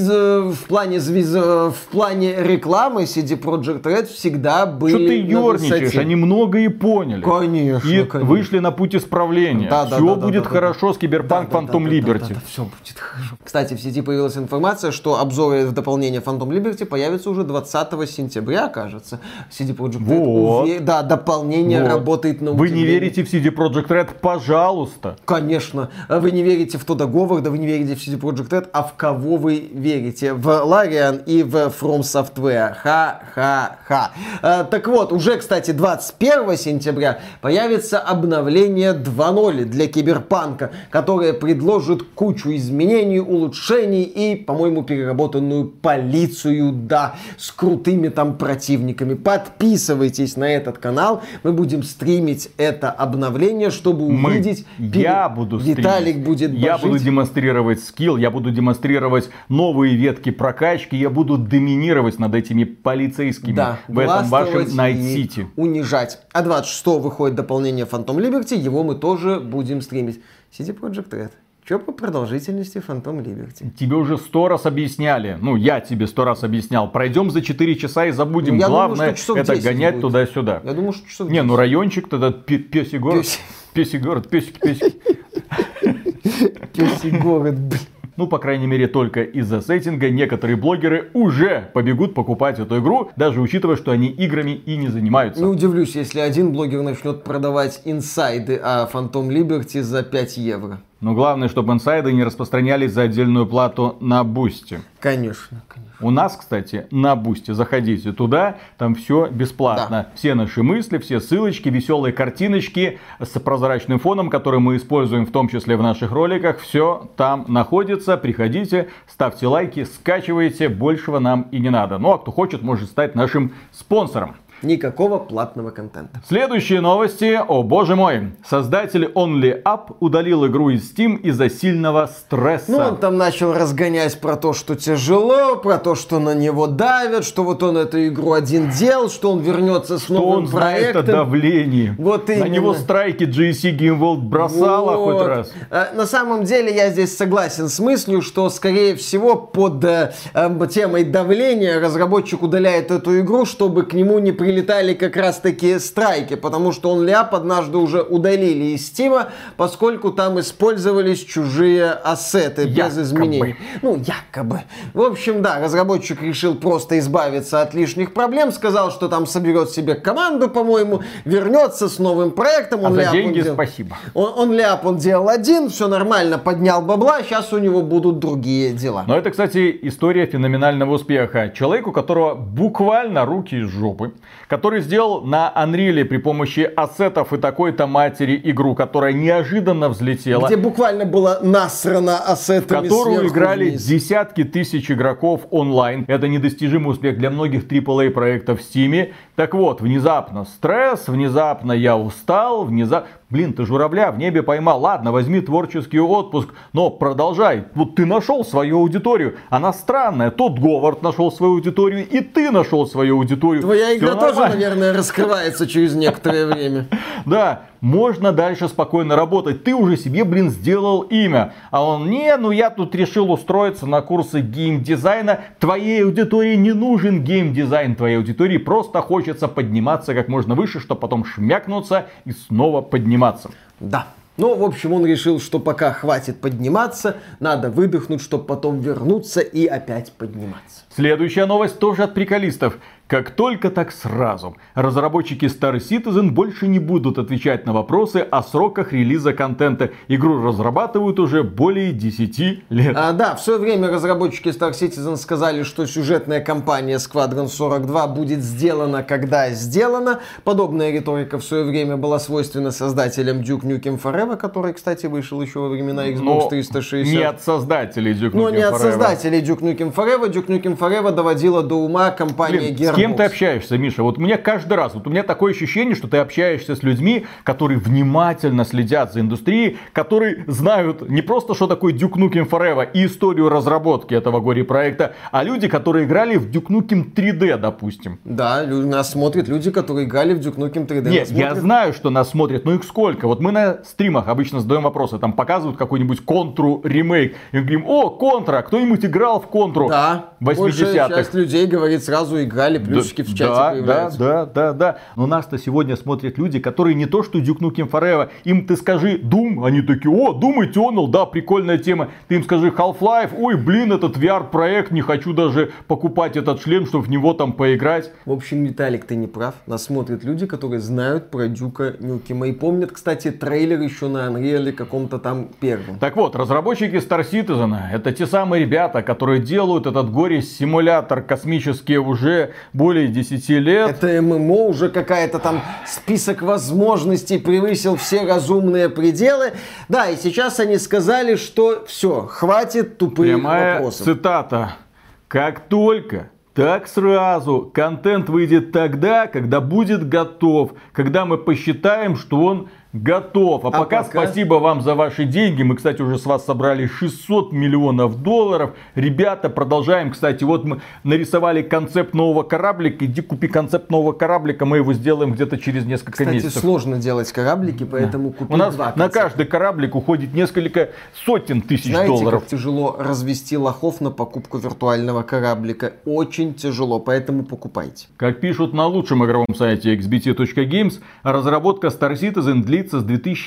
плане рекламы CD Projekt Red всегда были. Что ты ерничаешь? Они многое поняли. Конечно. И вышли на путь исправления. Все будет хорошо с Киберпанк Phantom Liberty. Все будет хорошо. Кстати, в сети появилась информация, что обзоры в дополнение Phantom Liberty появится уже 20 сентября, кажется. CD Projekt Red, да, дополнение работает на удивление. Вы не верите в CD Projekt Red? Пожалуйста. Конечно. Вы не верите в Тодда Говарда, вы не верите в CD Projekt Red, а в кого вы верите? В Larian и в From Software. Ха-ха-ха. Так вот, уже, кстати, 21 сентября появится обновление 2.0 для Киберпанка, которое предложит кучу изменений, улучшений и, по-моему, переработанную полицию, да, с крутыми там противниками. Подписывайтесь на этот канал, мы будем стримить это обновление, чтобы увидеть. Я буду Виталик будет божить. Я буду демонстрировать скилл, я буду демонстрировать новые ветки прокачки, я буду доминировать над этими полицейскими, да, в этом вашем Night City. Унижать. А 26-го выходит дополнение Phantom Liberty, его мы тоже будем стримить. CD Projekt Red. Что по продолжительности Phantom Liberty? Тебе уже 100 раз объясняли. Ну, я тебе 100 раз объяснял. Пройдем за 4 часа и забудем. Главное, это гонять туда-сюда. Я думаю, что часов 10. Не, ну райончик тогда пёсий город. Пёсий город, пёсики. Пёсий город, блин. Ну, по крайней мере, только из-за сеттинга некоторые блогеры уже побегут покупать эту игру, даже учитывая, что они играми и не занимаются. Не удивлюсь, если один блогер начнет продавать инсайды о Phantom Liberty за 5 евро. Но главное, чтобы инсайды не распространялись за отдельную плату на Бусти. Конечно, конечно. У нас, кстати, на Бусти. Заходите туда, там все бесплатно. Да. Все наши мысли, все ссылочки, веселые картиночки с прозрачным фоном, который мы используем в том числе в наших роликах. Все там находится. Приходите, ставьте лайки, скачивайте. Большего нам и не надо. Ну а кто хочет, может стать нашим спонсором. Никакого платного контента. Следующие новости. О боже мой. Создатель OnlyUp удалил игру из Steam из-за сильного стресса. Ну, он там начал разгонять про то, что тяжело, про то, что на него давят, что вот он эту игру один делал, что он вернется с новым проектом. Знает о давлении. Вот на него страйки GSC Game World бросала вот. Хоть раз. На самом деле, я здесь согласен с мыслью, что, скорее всего, под темой давления разработчик удаляет эту игру, чтобы к нему не прилетали как раз таки страйки, потому что OnlyUp однажды уже удалили из Steam, поскольку там использовались чужие ассеты без изменений. Ну, якобы. В общем, да, разработчик решил просто избавиться от лишних проблем, сказал, что там соберет себе команду, по-моему, вернется с новым проектом. А за деньги спасибо. OnlyUp он делал один, все нормально, поднял бабла, сейчас у него будут другие дела. Но это, кстати, история феноменального успеха. Человек, у которого буквально руки из жопы, который сделал на Unreal при помощи ассетов и такой-то матери игру, которая неожиданно взлетела. Где буквально было насрано ассетами, в которую играли вниз десятки тысяч игроков онлайн. Это недостижимый успех для многих AAA проектов в Steam. Так вот, внезапно стресс, внезапно я устал, Блин, ты журавля в небе поймал. Ладно, возьми творческий отпуск, но продолжай. Вот ты нашел свою аудиторию. Она странная. Тот Говард нашел свою аудиторию, и ты нашел свою аудиторию. Твоя игра тоже тоже, наверное, раскрывается через некоторое время. Да, можно дальше спокойно работать. Ты уже себе, сделал имя. А он, я тут решил устроиться на курсы геймдизайна. Твоей аудитории не нужен геймдизайн. Твоей аудитории просто хочется подниматься как можно выше, чтобы потом шмякнуться и снова подниматься. Да. Ну, в общем, он решил, что пока хватит подниматься, надо выдохнуть, чтобы потом вернуться и опять подниматься. Следующая новость тоже от приколистов. Как только, так сразу. Разработчики Star Citizen больше не будут отвечать на вопросы о сроках релиза контента. Игру разрабатывают уже более 10 лет. Да, в свое время разработчики Star Citizen сказали, что сюжетная кампания Squadron 42 будет сделана, когда сделана. Подобная риторика в свое время была свойственна создателям Duke Nukem Forever, который, кстати, вышел еще во времена Xbox 360. Не от создателей Duke Nukem Forever. Не от создателей Duke Nukem Forever. Duke Nukem Forever доводила до ума компания Gearbox. С кем ты общаешься, Миша? Вот у меня каждый раз, у меня такое ощущение, что ты общаешься с людьми, которые внимательно следят за индустрией, которые знают не просто, что такое Duke Nukem Forever и историю разработки этого горе-проекта, а люди, которые играли в Duke Nukem 3D, допустим. Да, нас смотрят люди, которые играли в Duke Nukem 3D. Нет, я знаю, что нас смотрят, но их сколько? Вот мы на стримах обычно задаем вопросы, там показывают какой-нибудь Контру ремейк, и мы говорим, Контра, кто-нибудь играл в Контру? Да, 80-х. большая часть людей, говорит, сразу играли, плюсики в чате появляются. Да. Но нас-то сегодня смотрят люди, которые не то что Duke Nukem Forever, им ты скажи Doom, они такие, Doom Eternal, да, прикольная тема. Ты им скажи Half-Life, этот VR-проект, не хочу даже покупать этот шлем, чтобы в него там поиграть. В общем, Виталик, ты не прав. Нас смотрят люди, которые знают про Дюка Нюкема и помнят, кстати, трейлер еще на Unreal каком-то там первом. Так вот, разработчики Star Citizen, это те самые ребята, которые делают этот горе-симулятор космический уже более 10 лет. Это ММО, уже какая-то там список возможностей превысил все разумные пределы. Да, и сейчас они сказали, что все, хватит тупых вопросов. Цитата. Как только, так сразу. Контент выйдет тогда, когда будет готов. Когда мы посчитаем, что он готов. А пока спасибо вам за ваши деньги. Мы, кстати, уже с вас собрали 600 миллионов долларов. Ребята, продолжаем. Кстати, вот мы нарисовали концепт нового кораблика. Иди купи концепт нового кораблика. Мы его сделаем где-то через несколько месяцев. Кстати, сложно делать кораблики, поэтому купи 2 концепта. У нас на каждый кораблик уходит несколько сотен тысяч долларов. Знаете, как тяжело развести лохов на покупку виртуального кораблика? Очень тяжело, поэтому покупайте. Как пишут на лучшем игровом сайте xbt.games, разработка Star Citizen длится с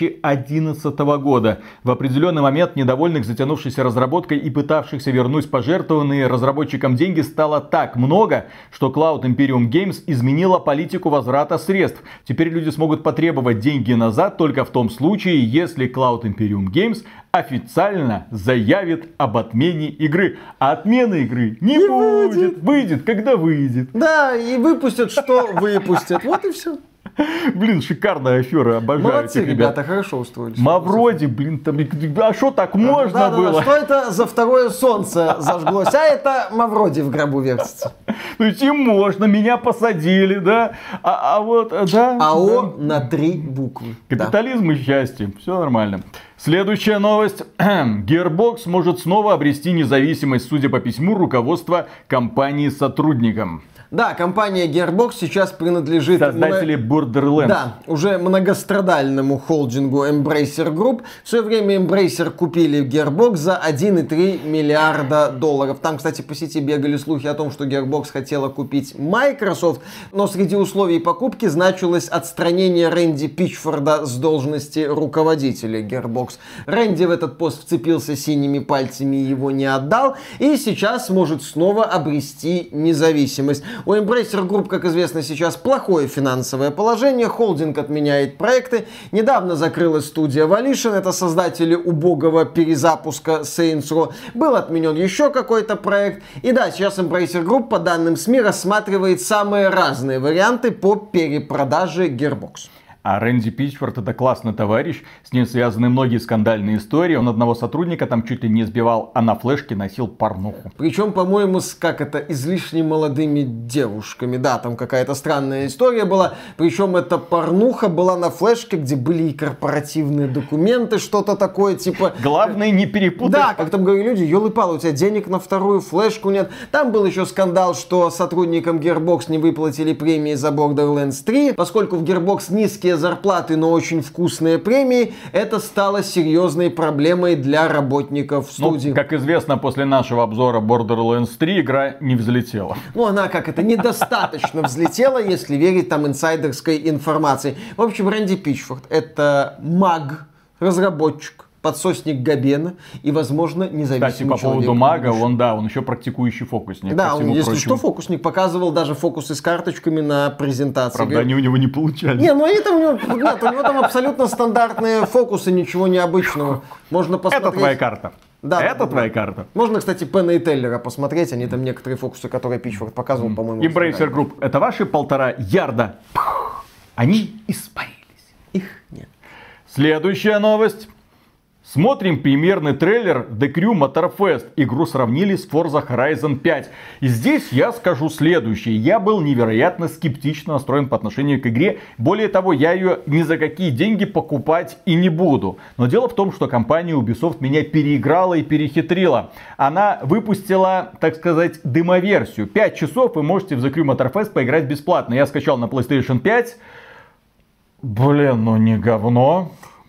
2011 года. В определенный момент недовольных затянувшейся разработкой и пытавшихся вернуть пожертвованные разработчикам деньги стало так много, что Cloud Imperium Games изменила политику возврата средств. Теперь люди смогут потребовать деньги назад только в том случае, если Cloud Imperium Games официально заявит об отмене игры. А отмены игры не будет. Выйдет, когда выйдет. Да, и выпустят, что выпустят. Вот и все. Шикарная афера, обожаю. Молодцы, этих ребята, хорошо устроились. Мавроди, там, а что так можно было? Что это за второе солнце зажглось? А это Мавроди в гробу вертится. Ну и можно, меня посадили, да? АО на 3 буквы. Капитализм и счастье, все нормально. Следующая новость. Gearbox может снова обрести независимость, судя по письму руководства компании сотрудникам. Да, компания Gearbox сейчас принадлежит... Создатели Borderlands. Да, уже многострадальному холдингу Embracer Group. В свое время Embracer купили Gearbox за 1,3 миллиарда долларов. Там, кстати, по сети бегали слухи о том, что Gearbox хотела купить Microsoft, но среди условий покупки значилось отстранение Рэнди Пичфорда с должности руководителя Gearbox. Рэнди в этот пост вцепился синими пальцами и его не отдал, и сейчас может снова обрести независимость. У Embracer Group, как известно, сейчас плохое финансовое положение, холдинг отменяет проекты. Недавно закрылась студия Volition, это создатели убогого перезапуска Saints Row. Был отменен еще какой-то проект. И да, сейчас Embracer Group, по данным СМИ, рассматривает самые разные варианты по перепродаже Gearbox. А Рэнди Пичфорд это классный товарищ, с ним связаны многие скандальные истории. Он одного сотрудника там чуть ли не сбивал, а на флешке носил порнуху. Причем, по-моему, с излишне молодыми девушками. Да, там какая-то странная история была. Причем эта порнуха была на флешке, где были и корпоративные документы, что-то такое, типа... Главное не перепутать. Да, как там говорили люди, ёлы-палы, у тебя денег на вторую флешку нет. Там был еще скандал, что сотрудникам Gearbox не выплатили премии за Borderlands 3. Поскольку в Gearbox низкие зарплаты, но очень вкусные премии, это стало серьезной проблемой для работников студии. Ну, как известно, после нашего обзора Borderlands 3 игра не взлетела. Ну, она недостаточно взлетела, если верить там инсайдерской информации. В общем, Рэнди Пичфорд — это маг, разработчик, подсосник Габена и, возможно, независимый Кстати, по человек. поводу мага, он еще практикующий фокусник. Да, он, если что, фокусник, показывал даже фокусы с карточками на презентации. Правда, они у него не получались. Не, ну они там, нет, у него там абсолютно стандартные фокусы, ничего необычного. Можно посмотреть. Это твоя карта. Да, это твоя карта. Можно, кстати, Пенна и Теллера посмотреть, они там некоторые фокусы, которые Пичфорд показывал, по-моему. Embracer Group, это ваши 1,5 ярда? Они испарились. Их нет. Следующая новость. Смотрим премьерный трейлер The Crew Motorfest. Игру сравнили с Forza Horizon 5. И здесь я скажу следующее. Я был невероятно скептично настроен по отношению к игре. Более того, я ее ни за какие деньги покупать и не буду. Но дело в том, что компания Ubisoft меня переиграла и перехитрила. Она выпустила, так сказать, демоверсию. 5 часов вы можете в The Crew Motorfest поиграть бесплатно. Я скачал на PlayStation 5. Блин, ну не говно.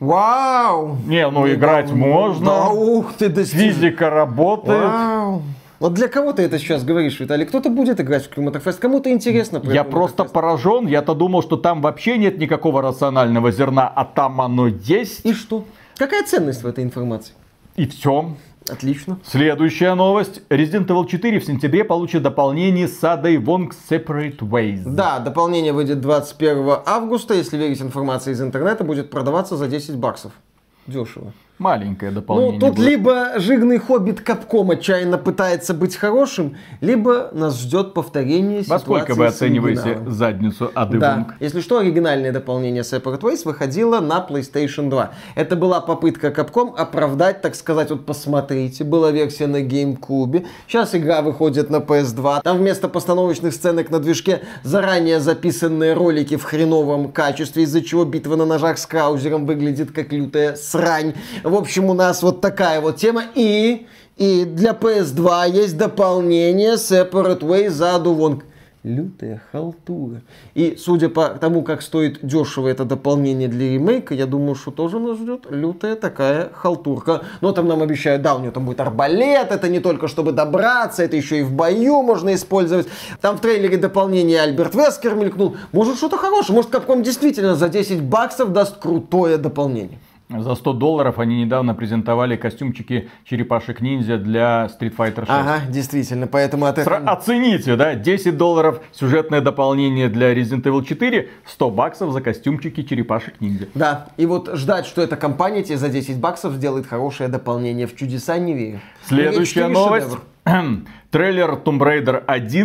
Вау! Не, ну играть можно. Да, ух ты, Физика работает. Вау! Вот для кого ты это сейчас говоришь, Виталий? Кто-то будет играть в Crew Motorfest? Кому-то интересно. Я просто поражен. Я-то думал, что там вообще нет никакого рационального зерна, а там оно есть. И что? Какая ценность в этой информации? И все. Отлично. Следующая новость. Resident Evil 4 в сентябре получит дополнение Садой Вонг Separate Ways. Да, дополнение выйдет 21 августа. Если верить информации из интернета, будет продаваться за $10. Дешево. Маленькое дополнение. Ну, тут либо жирный хоббит Капком отчаянно пытается быть хорошим, либо нас ждет повторение ситуации. Во сколько вы оцениваете задницу Ады Вонг? Да. Если что, оригинальное дополнение Separate Ways выходило на PlayStation 2. Это была попытка Capcom оправдать, так сказать, вот посмотрите, была версия на GameCube, сейчас игра выходит на PS2, там вместо постановочных сценок на движке заранее записанные ролики в хреновом качестве, из-за чего битва на ножах с Краузером выглядит как лютая срань. В общем, у нас вот такая вот тема. И для PS2 есть дополнение Separate Ways за Аду Вонг. Лютая халтура. И судя по тому, как стоит дешево это дополнение для ремейка, я думаю, что тоже нас ждет лютая такая халтурка. Но там нам обещают, да, у него там будет арбалет, это не только чтобы добраться, это еще и в бою можно использовать. Там в трейлере дополнение Альберт Вескер мелькнул. Может, что-то хорошее, может, Capcom действительно за $10 даст крутое дополнение. За $100 они недавно презентовали костюмчики черепашек-ниндзя для Street Fighter 6. Ага, действительно, поэтому от этого... Оцените, да, $10 сюжетное дополнение для Resident Evil 4, $100 за костюмчики черепашек-ниндзя. Да, и вот ждать, что эта компания тебе за $10 сделает хорошее дополнение, в чудеса не верю. Следующая новость. Трейлер Tomb Raider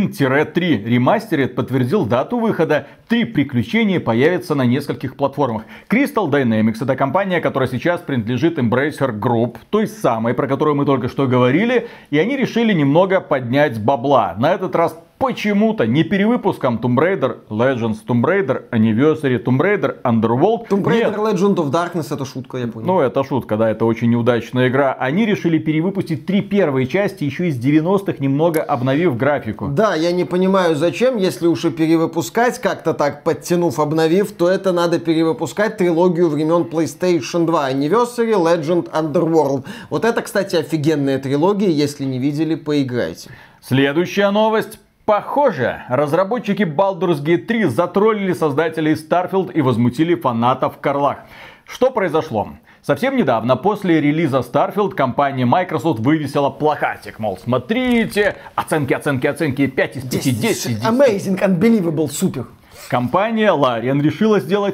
1-3 ремастерит подтвердил дату выхода. 3 приключения появятся на нескольких платформах. Crystal Dynamics — это компания, которая сейчас принадлежит Embracer Group, той самой, про которую мы только что говорили. И они решили немного поднять бабла. На этот раз почему-то не перевыпуском Tomb Raider Legends, Tomb Raider Anniversary, Tomb Raider Underworld. Tomb Raider Legend of Darkness — это шутка, я понял. Ну, это шутка, да, это очень неудачная игра. Они решили перевыпустить 3 первые части, еще из 90-х, немного обновив графику. Да, я не понимаю, зачем, если уж и перевыпускать, как-то так подтянув, обновив, то это надо перевыпускать трилогию времен PlayStation 2. Anniversary, Legend, Underworld. Вот это, кстати, офигенная трилогия, если не видели, поиграйте. Следующая новость. Похоже, разработчики Baldur's Gate 3 затроллили создателей Starfield и возмутили фанатов в Карлах. Что произошло? Совсем недавно, после релиза Starfield, компания Microsoft вывесила плакатик, мол, смотрите, оценки, 5 из 5, 10. Amazing, unbelievable, супер. Компания Larian решила сделать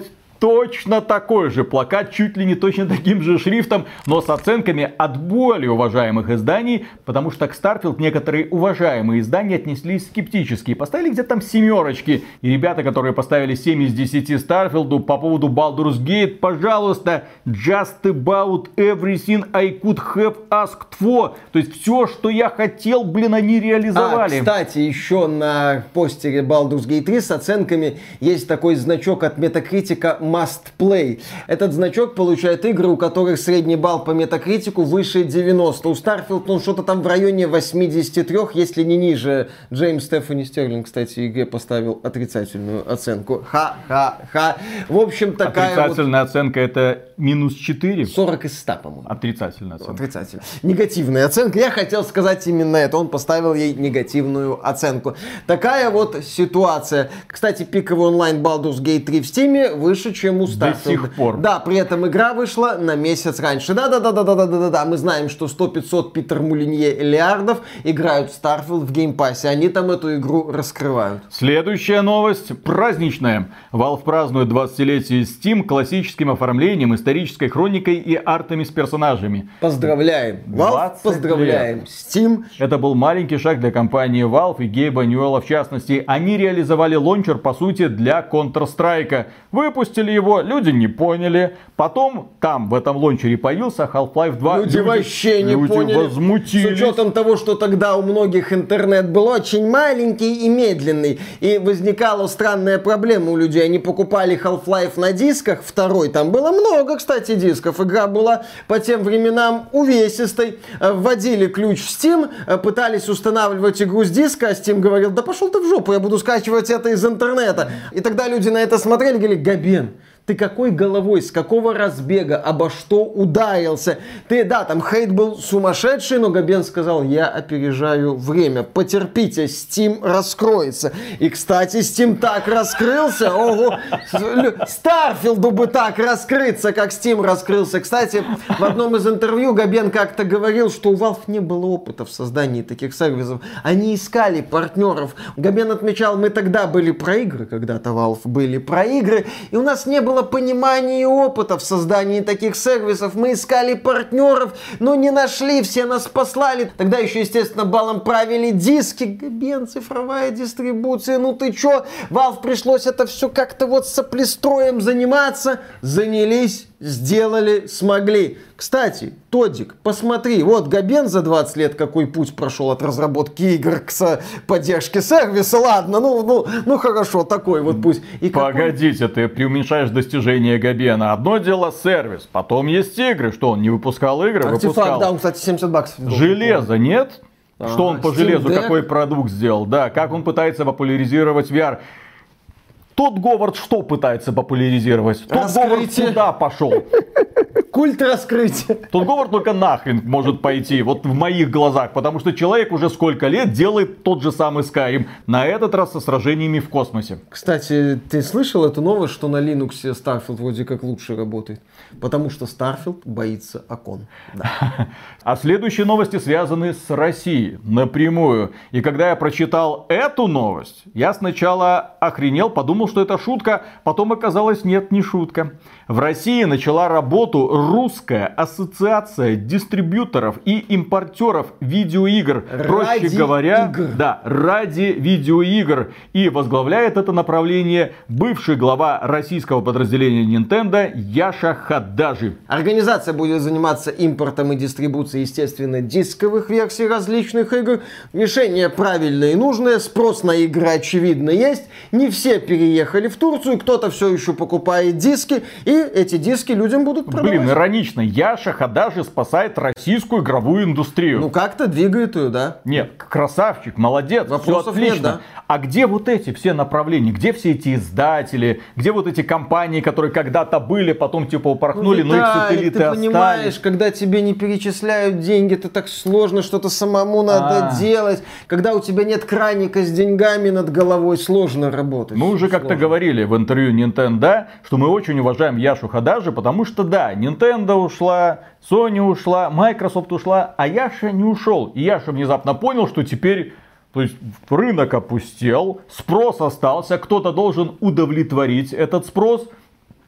точно такой же плакат, чуть ли не точно таким же шрифтом, но с оценками от более уважаемых изданий, потому что к Starfield некоторые уважаемые издания отнеслись скептически и поставили где-то там семерочки. И ребята, которые поставили 7 из 10 Starfield по поводу Baldur's Gate, пожалуйста, just about everything I could have asked for. То есть все, что я хотел, они реализовали. Кстати, еще на постере Baldur's Gate 3 с оценками есть такой значок от Metacritic Must Play. Этот значок получает игры, у которых средний балл по Metacritic выше 90. У Starfield он что-то там в районе 83, если не ниже. Джеймс Стефани Стерлинг, кстати, игре поставил отрицательную оценку. Ха-ха-ха. В общем, такая отрицательная оценка это минус 4. 40 из 100, по-моему. Отрицательная оценка. Отрицательная. Негативная оценка. Я хотел сказать именно это. Он поставил ей негативную оценку. Такая вот ситуация. Кстати, пиковый онлайн Baldur's Gate 3 в Steam выше, чем у Starfield. До сих пор. Да, при этом игра вышла на месяц раньше. Да. Мы знаем, что 100-500 Питер Мулинье Элиардов играют в Starfield в геймпассе. Они там эту игру раскрывают. Следующая новость праздничная. Valve празднует 20-летие Steam классическим оформлением, исторической хроникой и артами с персонажами. Поздравляем. Valve, поздравляем. Steam. Это был маленький шаг для компании Valve и Гейба Ньюэлла в частности. Они реализовали лончер, по сути, для Counter-Strike. Выпустили его, люди не поняли. Потом там, в этом лончере появился Half-Life 2. Люди вообще не поняли. Возмутились. С учетом того, что тогда у многих интернет был очень маленький и медленный. И возникала странная проблема у людей. Они покупали Half-Life на дисках, второй. Там было много, кстати, дисков. Игра была по тем временам увесистой. Вводили ключ в Steam, пытались устанавливать игру с диска, а Steam говорил: да пошел ты в жопу, я буду скачивать это из интернета. И тогда люди на это смотрели и говорили: Габен, ты какой головой, с какого разбега, обо что ударился? Ты, да, там хейт был сумасшедший, но Габен сказал: я опережаю время, потерпите, Steam раскроется. И, кстати, Steam так раскрылся, ого, Старфилду бы так раскрыться, как Steam раскрылся. Кстати, в одном из интервью Габен как-то говорил, что у Valve не было опыта в создании таких сервисов. Они искали партнеров. Габен отмечал: мы тогда были про игры, когда-то Valve были про игры, и у нас не было понимания и опыта в создании таких сервисов. Мы искали партнеров, но не нашли, все нас послали. Тогда еще, естественно, балом правили диски. Габен, цифровая дистрибуция, ну ты чё? Valve пришлось это все как-то вот соплестроем заниматься. Занялись, сделали, смогли. Кстати, Тодик, посмотри, вот Габен за 20 лет какой путь прошел от разработки игр к поддержке сервиса. Ладно, ну хорошо, такой вот пусть. И погодите, ты преуменьшаешь достижения Габена. Одно дело сервис, потом есть игры. Что, он не выпускал игры? Артефакт, выпускал. Да, он, кстати, 70 баксов. Железо нет? Что он по железу, какой продукт сделал? Да, как он пытается популяризировать VR? Тот Говард что пытается популяризировать? Тот Говард сюда пошел. Культ раскрытия. Тот Говард только нахрен может пойти, вот в моих глазах, потому что человек уже сколько лет делает тот же самый Skyrim, на этот раз со сражениями в космосе. Кстати, ты слышал эту новость, что на Linux Starfield вроде как лучше работает? Потому что Starfield боится окон. Да. А следующие новости связаны с Россией напрямую. И когда я прочитал эту новость, я сначала охренел, подумал, что это шутка, потом оказалось, нет, не шутка. В России начала работу Русская ассоциация дистрибьюторов и импортеров видеоигр. Проще говоря, да, ради видеоигр. И возглавляет это направление бывший глава российского подразделения Nintendo Яша Хададжи. Организация будет заниматься импортом и дистрибуцией, естественно, дисковых версий различных игр. Решение правильное и нужное. Спрос на игры, очевидно, есть. Не все переехали в Турцию. Кто-то все еще покупает диски. И эти диски людям будут продавать. Блин, иронично. Яша Хададжи спасает российскую игровую индустрию. Ну, как-то двигает ее, да? Нет, красавчик, молодец, вопросов все отлично. Нет, да? А где вот эти все направления? Где все эти издатели? Где вот эти компании, которые когда-то были, потом типа упорхнули, но их сателлиты ты остались? Понимаешь, когда тебе не перечисляют деньги, это так сложно, что-то самому надо делать. Когда у тебя нет краника с деньгами над головой, сложно работать. Мы уже как-то говорили в интервью Nintendo, что мы очень уважаем Яшу Хададжи, потому что да, Nintendo ушла, Sony ушла, Microsoft ушла, а Яша не ушел. И Яша внезапно понял, что теперь... То есть рынок опустел, спрос остался, кто-то должен удовлетворить этот спрос.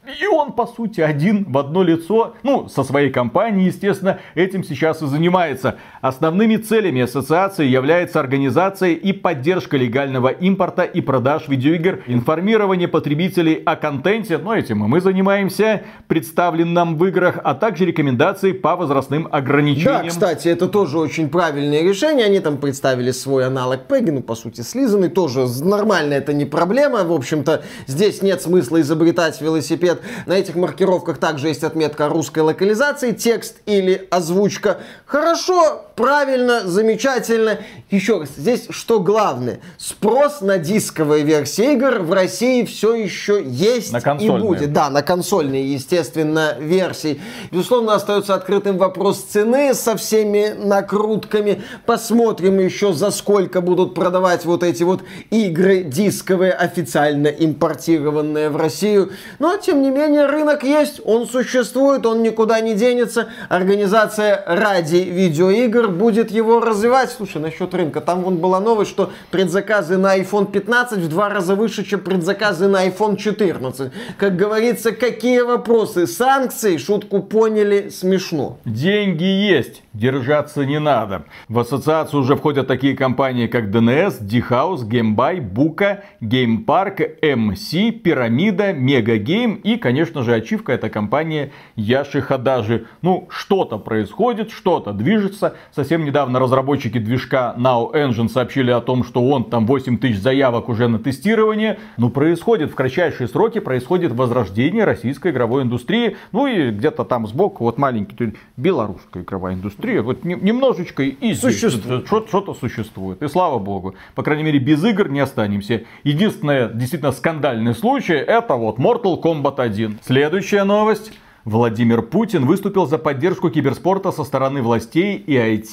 И он, по сути, один в одно лицо, ну, со своей компанией, естественно, этим сейчас и занимается. Основными целями ассоциации является организация и поддержка легального импорта и продаж видеоигр, информирование потребителей о контенте, ну, этим и мы занимаемся, представленном в играх, а также рекомендации по возрастным ограничениям. Да, кстати, это тоже очень правильное решение. Они там представили свой аналог PEGI, ну, по сути, слизанный, тоже нормально, это не проблема. В общем-то, здесь нет смысла изобретать велосипед. На этих маркировках также есть отметка русской локализации, текст или озвучка. Хорошо, правильно, замечательно. Еще раз, здесь что главное? Спрос на дисковые версии игр в России все еще есть и будет. Да, на консольные, естественно, версии. Безусловно, остается открытым вопрос цены со всеми накрутками. Посмотрим еще, за сколько будут продавать вот эти вот игры дисковые, официально импортированные в Россию. Но, тем не менее, рынок есть, он существует, он никуда не денется. Организация ради видеоигр будет его развивать. Слушай, насчет рынка, там вон была новость, что предзаказы на iPhone 15 в 2 раза выше, чем предзаказы на iPhone 14. Как говорится, какие вопросы? Санкции, шутку поняли, смешно. Деньги есть, держаться не надо. В ассоциацию уже входят такие компании, как DNS, D-House, GameBuy, Buka, GamePark, MC, Пирамида, Мегагейм и, конечно же, ачивка — это компания Яши Хадажи. Ну, что-то происходит, что-то движется. Совсем недавно разработчики движка Now Engine сообщили о том, что он там 8000 заявок уже на тестирование. Ну, происходит в кратчайшие сроки, происходит возрождение российской игровой индустрии. Ну и где-то там сбоку вот маленький белорусская игровая индустрия. Вот немножечко и существует. Что-то существует. И слава богу. По крайней мере, без игр не останемся. Единственное, действительно скандальный случай, это вот Mortal Kombat 1. Следующая новость. Владимир Путин выступил за поддержку киберспорта со стороны властей и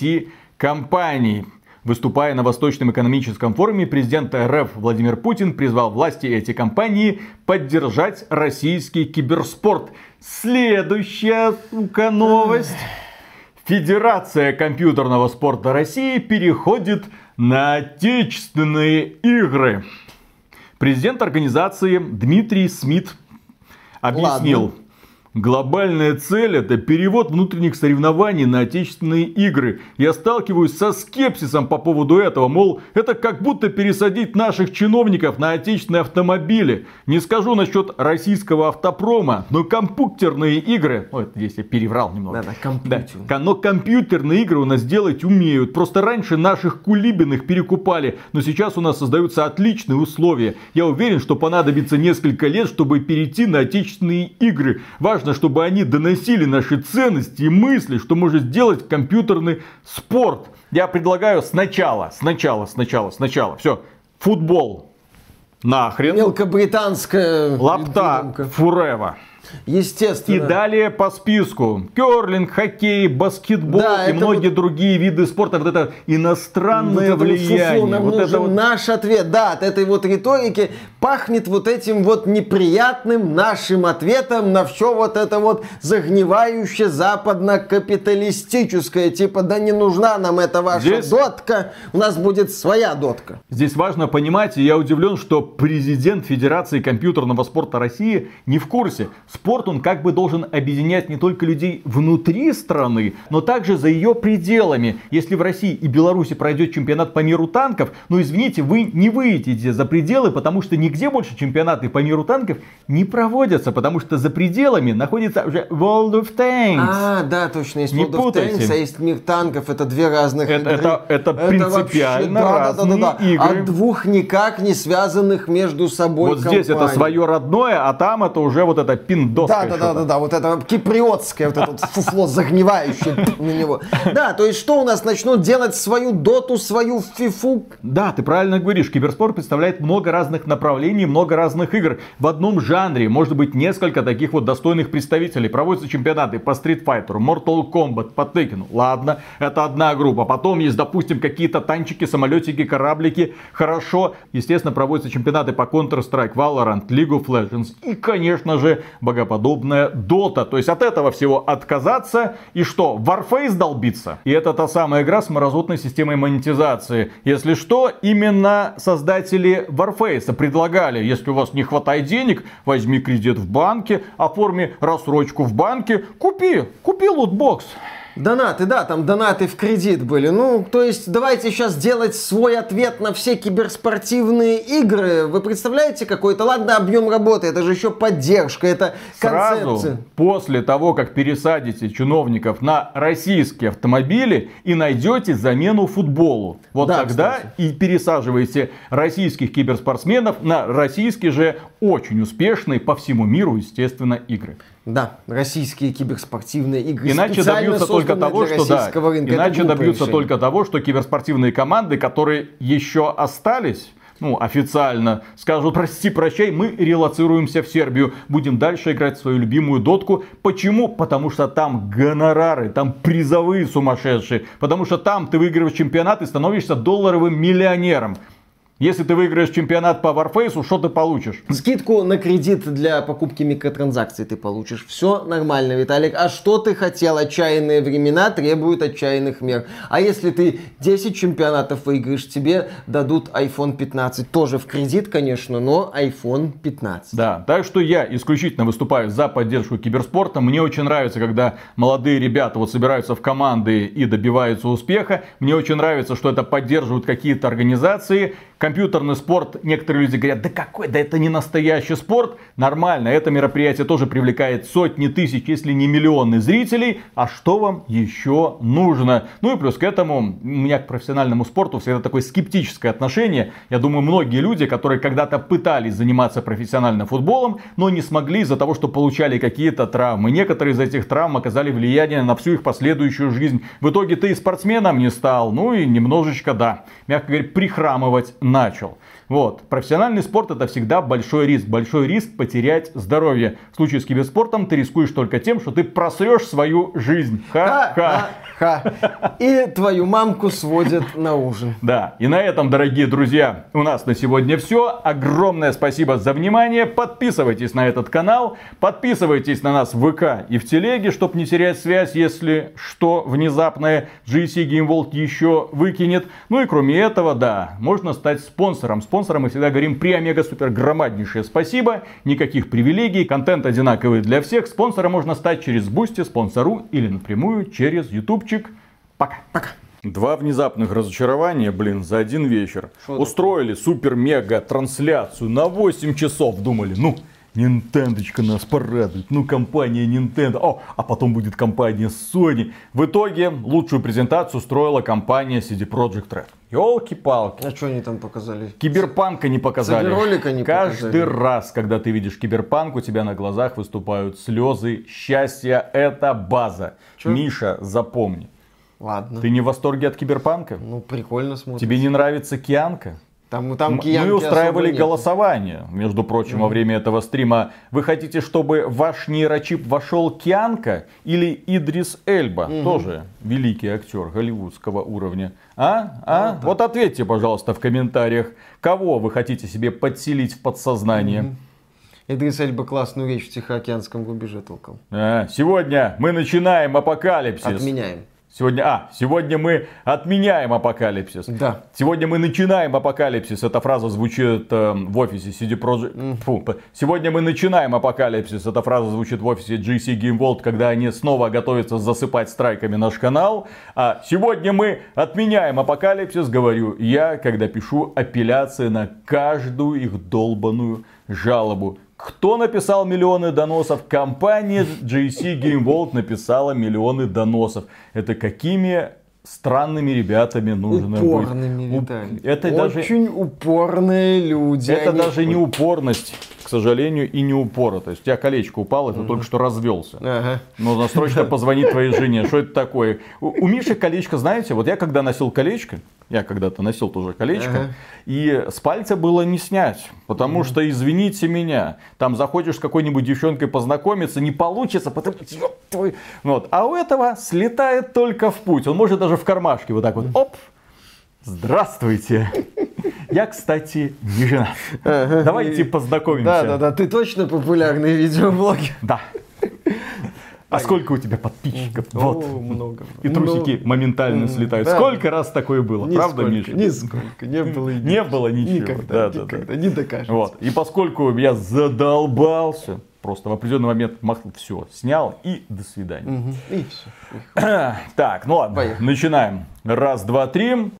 IT-компаний. Выступая на Восточном экономическом форуме, президент РФ Владимир Путин призвал власти и эти компании поддержать российский киберспорт. Следующая, новость. Федерация компьютерного спорта России переходит на отечественные игры. Президент организации Дмитрий Смит объяснил. Глобальная цель — это перевод внутренних соревнований на отечественные игры. Я сталкиваюсь со скепсисом по поводу этого. Мол, это как будто пересадить наших чиновников на отечественные автомобили. Не скажу насчет российского автопрома, но компьютерные игры... Ну, это здесь я переврал немного. Да, но компьютерные игры у нас делать умеют. Просто раньше наших кулибиных перекупали. Но сейчас у нас создаются отличные условия. Я уверен, что понадобится несколько лет, чтобы перейти на отечественные игры. Важно, чтобы они доносили наши ценности и мысли, что может сделать компьютерный спорт. Я предлагаю сначала. Все, футбол нахрен. Мелкобританская лапта forever. Естественно. И далее по списку. Керлинг, хоккей, баскетбол, да, и многие другие виды спорта. Вот это иностранное влияние. Вот это вот наш ответ. Да, от этой вот риторики пахнет вот этим вот неприятным нашим ответом на все вот это вот загнивающее западно-капиталистическое. Типа, да не нужна нам эта ваша дотка, у нас будет своя дотка. Здесь важно понимать, и я удивлен, что президент Федерации компьютерного спорта России не в курсе. Спорт, он как бы должен объединять не только людей внутри страны, но также за ее пределами. Если в России и Беларуси пройдет чемпионат по миру танков, ну извините, вы не выйдете за пределы, потому что нигде больше чемпионаты по миру танков не проводятся, потому что за пределами находится уже World of Tanks. А, да, точно, есть World of Tanks, а есть мир танков, это две разных игры. Это принципиально вообще, разные игры. От двух никак не связанных между собой вот компаний. Здесь это свое родное, а там это уже вот это пиндоское. Да, вот это киприотское, вот это вот фуфло загнивающее на него. Да, то есть что у нас начнут делать свою доту, свою фифу? Да, ты правильно говоришь, киберспорт представляет много разных направлений, много разных игр. В одном жанре может быть несколько таких вот достойных представителей. Проводятся чемпионаты по Street Fighter, Mortal Kombat, по Tekken. Ладно, это одна группа. Потом есть, допустим, какие-то танчики, самолетики, кораблики. Хорошо. Естественно, проводятся чемпионаты по Counter-Strike, Valorant, League of Legends. И, конечно же, богоподобная Dota. То есть от этого всего отказаться и что, Warface долбиться? И это та самая игра с мразотной системой монетизации. Если что, именно создатели Warface предлагали, если у вас не хватает денег, возьми кредит в банке, оформи рассрочку в банке, купи лутбокс. Донаты, да, там донаты в кредит были. Ну, то есть, давайте сейчас делать свой ответ на все киберспортивные игры. Вы представляете какой-то? Ладно, объем работы, это же еще поддержка, это концепция. Сразу после того, как пересадите чиновников на российские автомобили и найдете замену футболу. Вот да, тогда кстати. И пересаживаете российских киберспортсменов на российские же очень успешные по всему миру, естественно, игры. Да, российские киберспортивные игры. Иначе добьются только того, что иначе добьются только того, что киберспортивные команды, которые еще остались, ну, официально скажут: прости, прощай, мы релоцируемся в Сербию, будем дальше играть в свою любимую дотку. Почему? Потому что там гонорары, там призовые сумасшедшие, потому что там ты выигрываешь чемпионат и становишься долларовым миллионером. Если ты выиграешь чемпионат по Warface, что ты получишь? Скидку на кредит для покупки микротранзакций ты получишь. Все нормально, Виталик. А что ты хотел? Отчаянные времена требуют отчаянных мер. А если ты 10 чемпионатов выиграешь, тебе дадут iPhone 15. Тоже в кредит, конечно, но iPhone 15. Да, так что я исключительно выступаю за поддержку киберспорта. Мне очень нравится, когда молодые ребята вот собираются в команды и добиваются успеха. Мне очень нравится, что это поддерживают какие-то организации. Компьютерный спорт, некоторые люди говорят: да какой, да это не настоящий спорт. Нормально, это мероприятие тоже привлекает сотни тысяч, если не миллионы зрителей. А что вам еще нужно? Ну и плюс к этому, у меня к профессиональному спорту всегда такое скептическое отношение. Я думаю, многие люди, которые когда-то пытались заниматься профессиональным футболом, но не смогли из-за того, что получали какие-то травмы. Некоторые из этих травм оказали влияние на всю их последующую жизнь. В итоге ты и спортсменом не стал, ну и немножечко, да, мягко говоря, прихрамывать начал. Вот. Профессиональный спорт — это всегда большой риск. Большой риск потерять здоровье. В случае с киберспортом ты рискуешь только тем, что ты просрешь свою жизнь. Ха-ха. И твою мамку сводят на ужин. Да. И на этом, дорогие друзья, у нас на сегодня все. Огромное спасибо за внимание. Подписывайтесь на этот канал. Подписывайтесь на нас в ВК и в Телеге, чтобы не терять связь, если что внезапное GSC Game World еще выкинет. Ну и кроме этого, да, можно стать спонсором. Спонсорам мы всегда говорим при омега-супер громаднейшее спасибо. Никаких привилегий. Контент одинаковый для всех. Спонсором можно стать через Boosty, Спонсору или напрямую через ютубчик. Пока. Пока. Два внезапных разочарования, за один вечер. Устроили супер-мега трансляцию на 8 часов. Думали, ну, Нинтендочка нас порадует. Ну, компания Nintendo. А потом будет компания Sony. В итоге лучшую презентацию устроила компания CD Projekt Red. Ёлки-палки. А что они там показали? Киберпанка не показали. Ролика не Каждый показали. раз, когда ты видишь киберпанк, у тебя на глазах выступают слезы счастья. Это база. Чё? Миша, запомни. Ладно. Ты не в восторге от киберпанка? Ну, прикольно смотрится. Тебе не нравится Кианка? Там Мы устраивали голосование, между прочим, во время этого стрима. Вы хотите, чтобы в ваш нейрочип вошел Кианка или Идрис Эльба? Тоже великий актер голливудского уровня. Да. Вот ответьте, пожалуйста, в комментариях, кого вы хотите себе подселить в подсознание. Идрис Эльба классную речь в Тихоокеанском рубеже толкал. Сегодня мы начинаем апокалипсис. Отменяем. Сегодня мы отменяем апокалипсис. Да. Сегодня мы начинаем апокалипсис. Эта фраза звучит в офисе CD Projekt. Сегодня мы начинаем апокалипсис. Эта фраза звучит в офисе GSC Game World, когда они снова готовятся засыпать страйками наш канал. А сегодня мы отменяем апокалипсис, говорю я, когда пишу апелляции на каждую их долбаную жалобу. Кто написал миллионы доносов? Компания GSC Game World написала миллионы доносов. Это какими странными ребятами нужно упорными, быть? Это очень упорные люди. Это даже не упорность, к сожалению, и не упоротость. У тебя колечко упало, ты только что развелся. Нужно срочно позвонить твоей жене. Что это такое? У Миши колечко, знаете, вот я когда носил колечко, я когда-то носил тоже колечко, и с пальца было не снять. Потому что, извините меня, там заходишь с какой-нибудь девчонкой познакомиться, не получится, потому что... Вот. А у этого слетает только в путь. Он может даже в кармашке вот так вот, оп, здравствуйте. Я, кстати, не женат. Давайте познакомимся. Да, ты точно популярный видеоблогер. Да. А сколько у тебя подписчиков? Вот. Много. И трусики моментально слетают. Да. Сколько раз такое было? Правда, Миша? Нисколько. Не было и Не было ничего. Никогда. Да. Не докажется. Вот. И поскольку я задолбался, просто в определенный момент махнул, все, снял и до свидания. И все. Так, ну ладно, начинаем. Раз, два, три.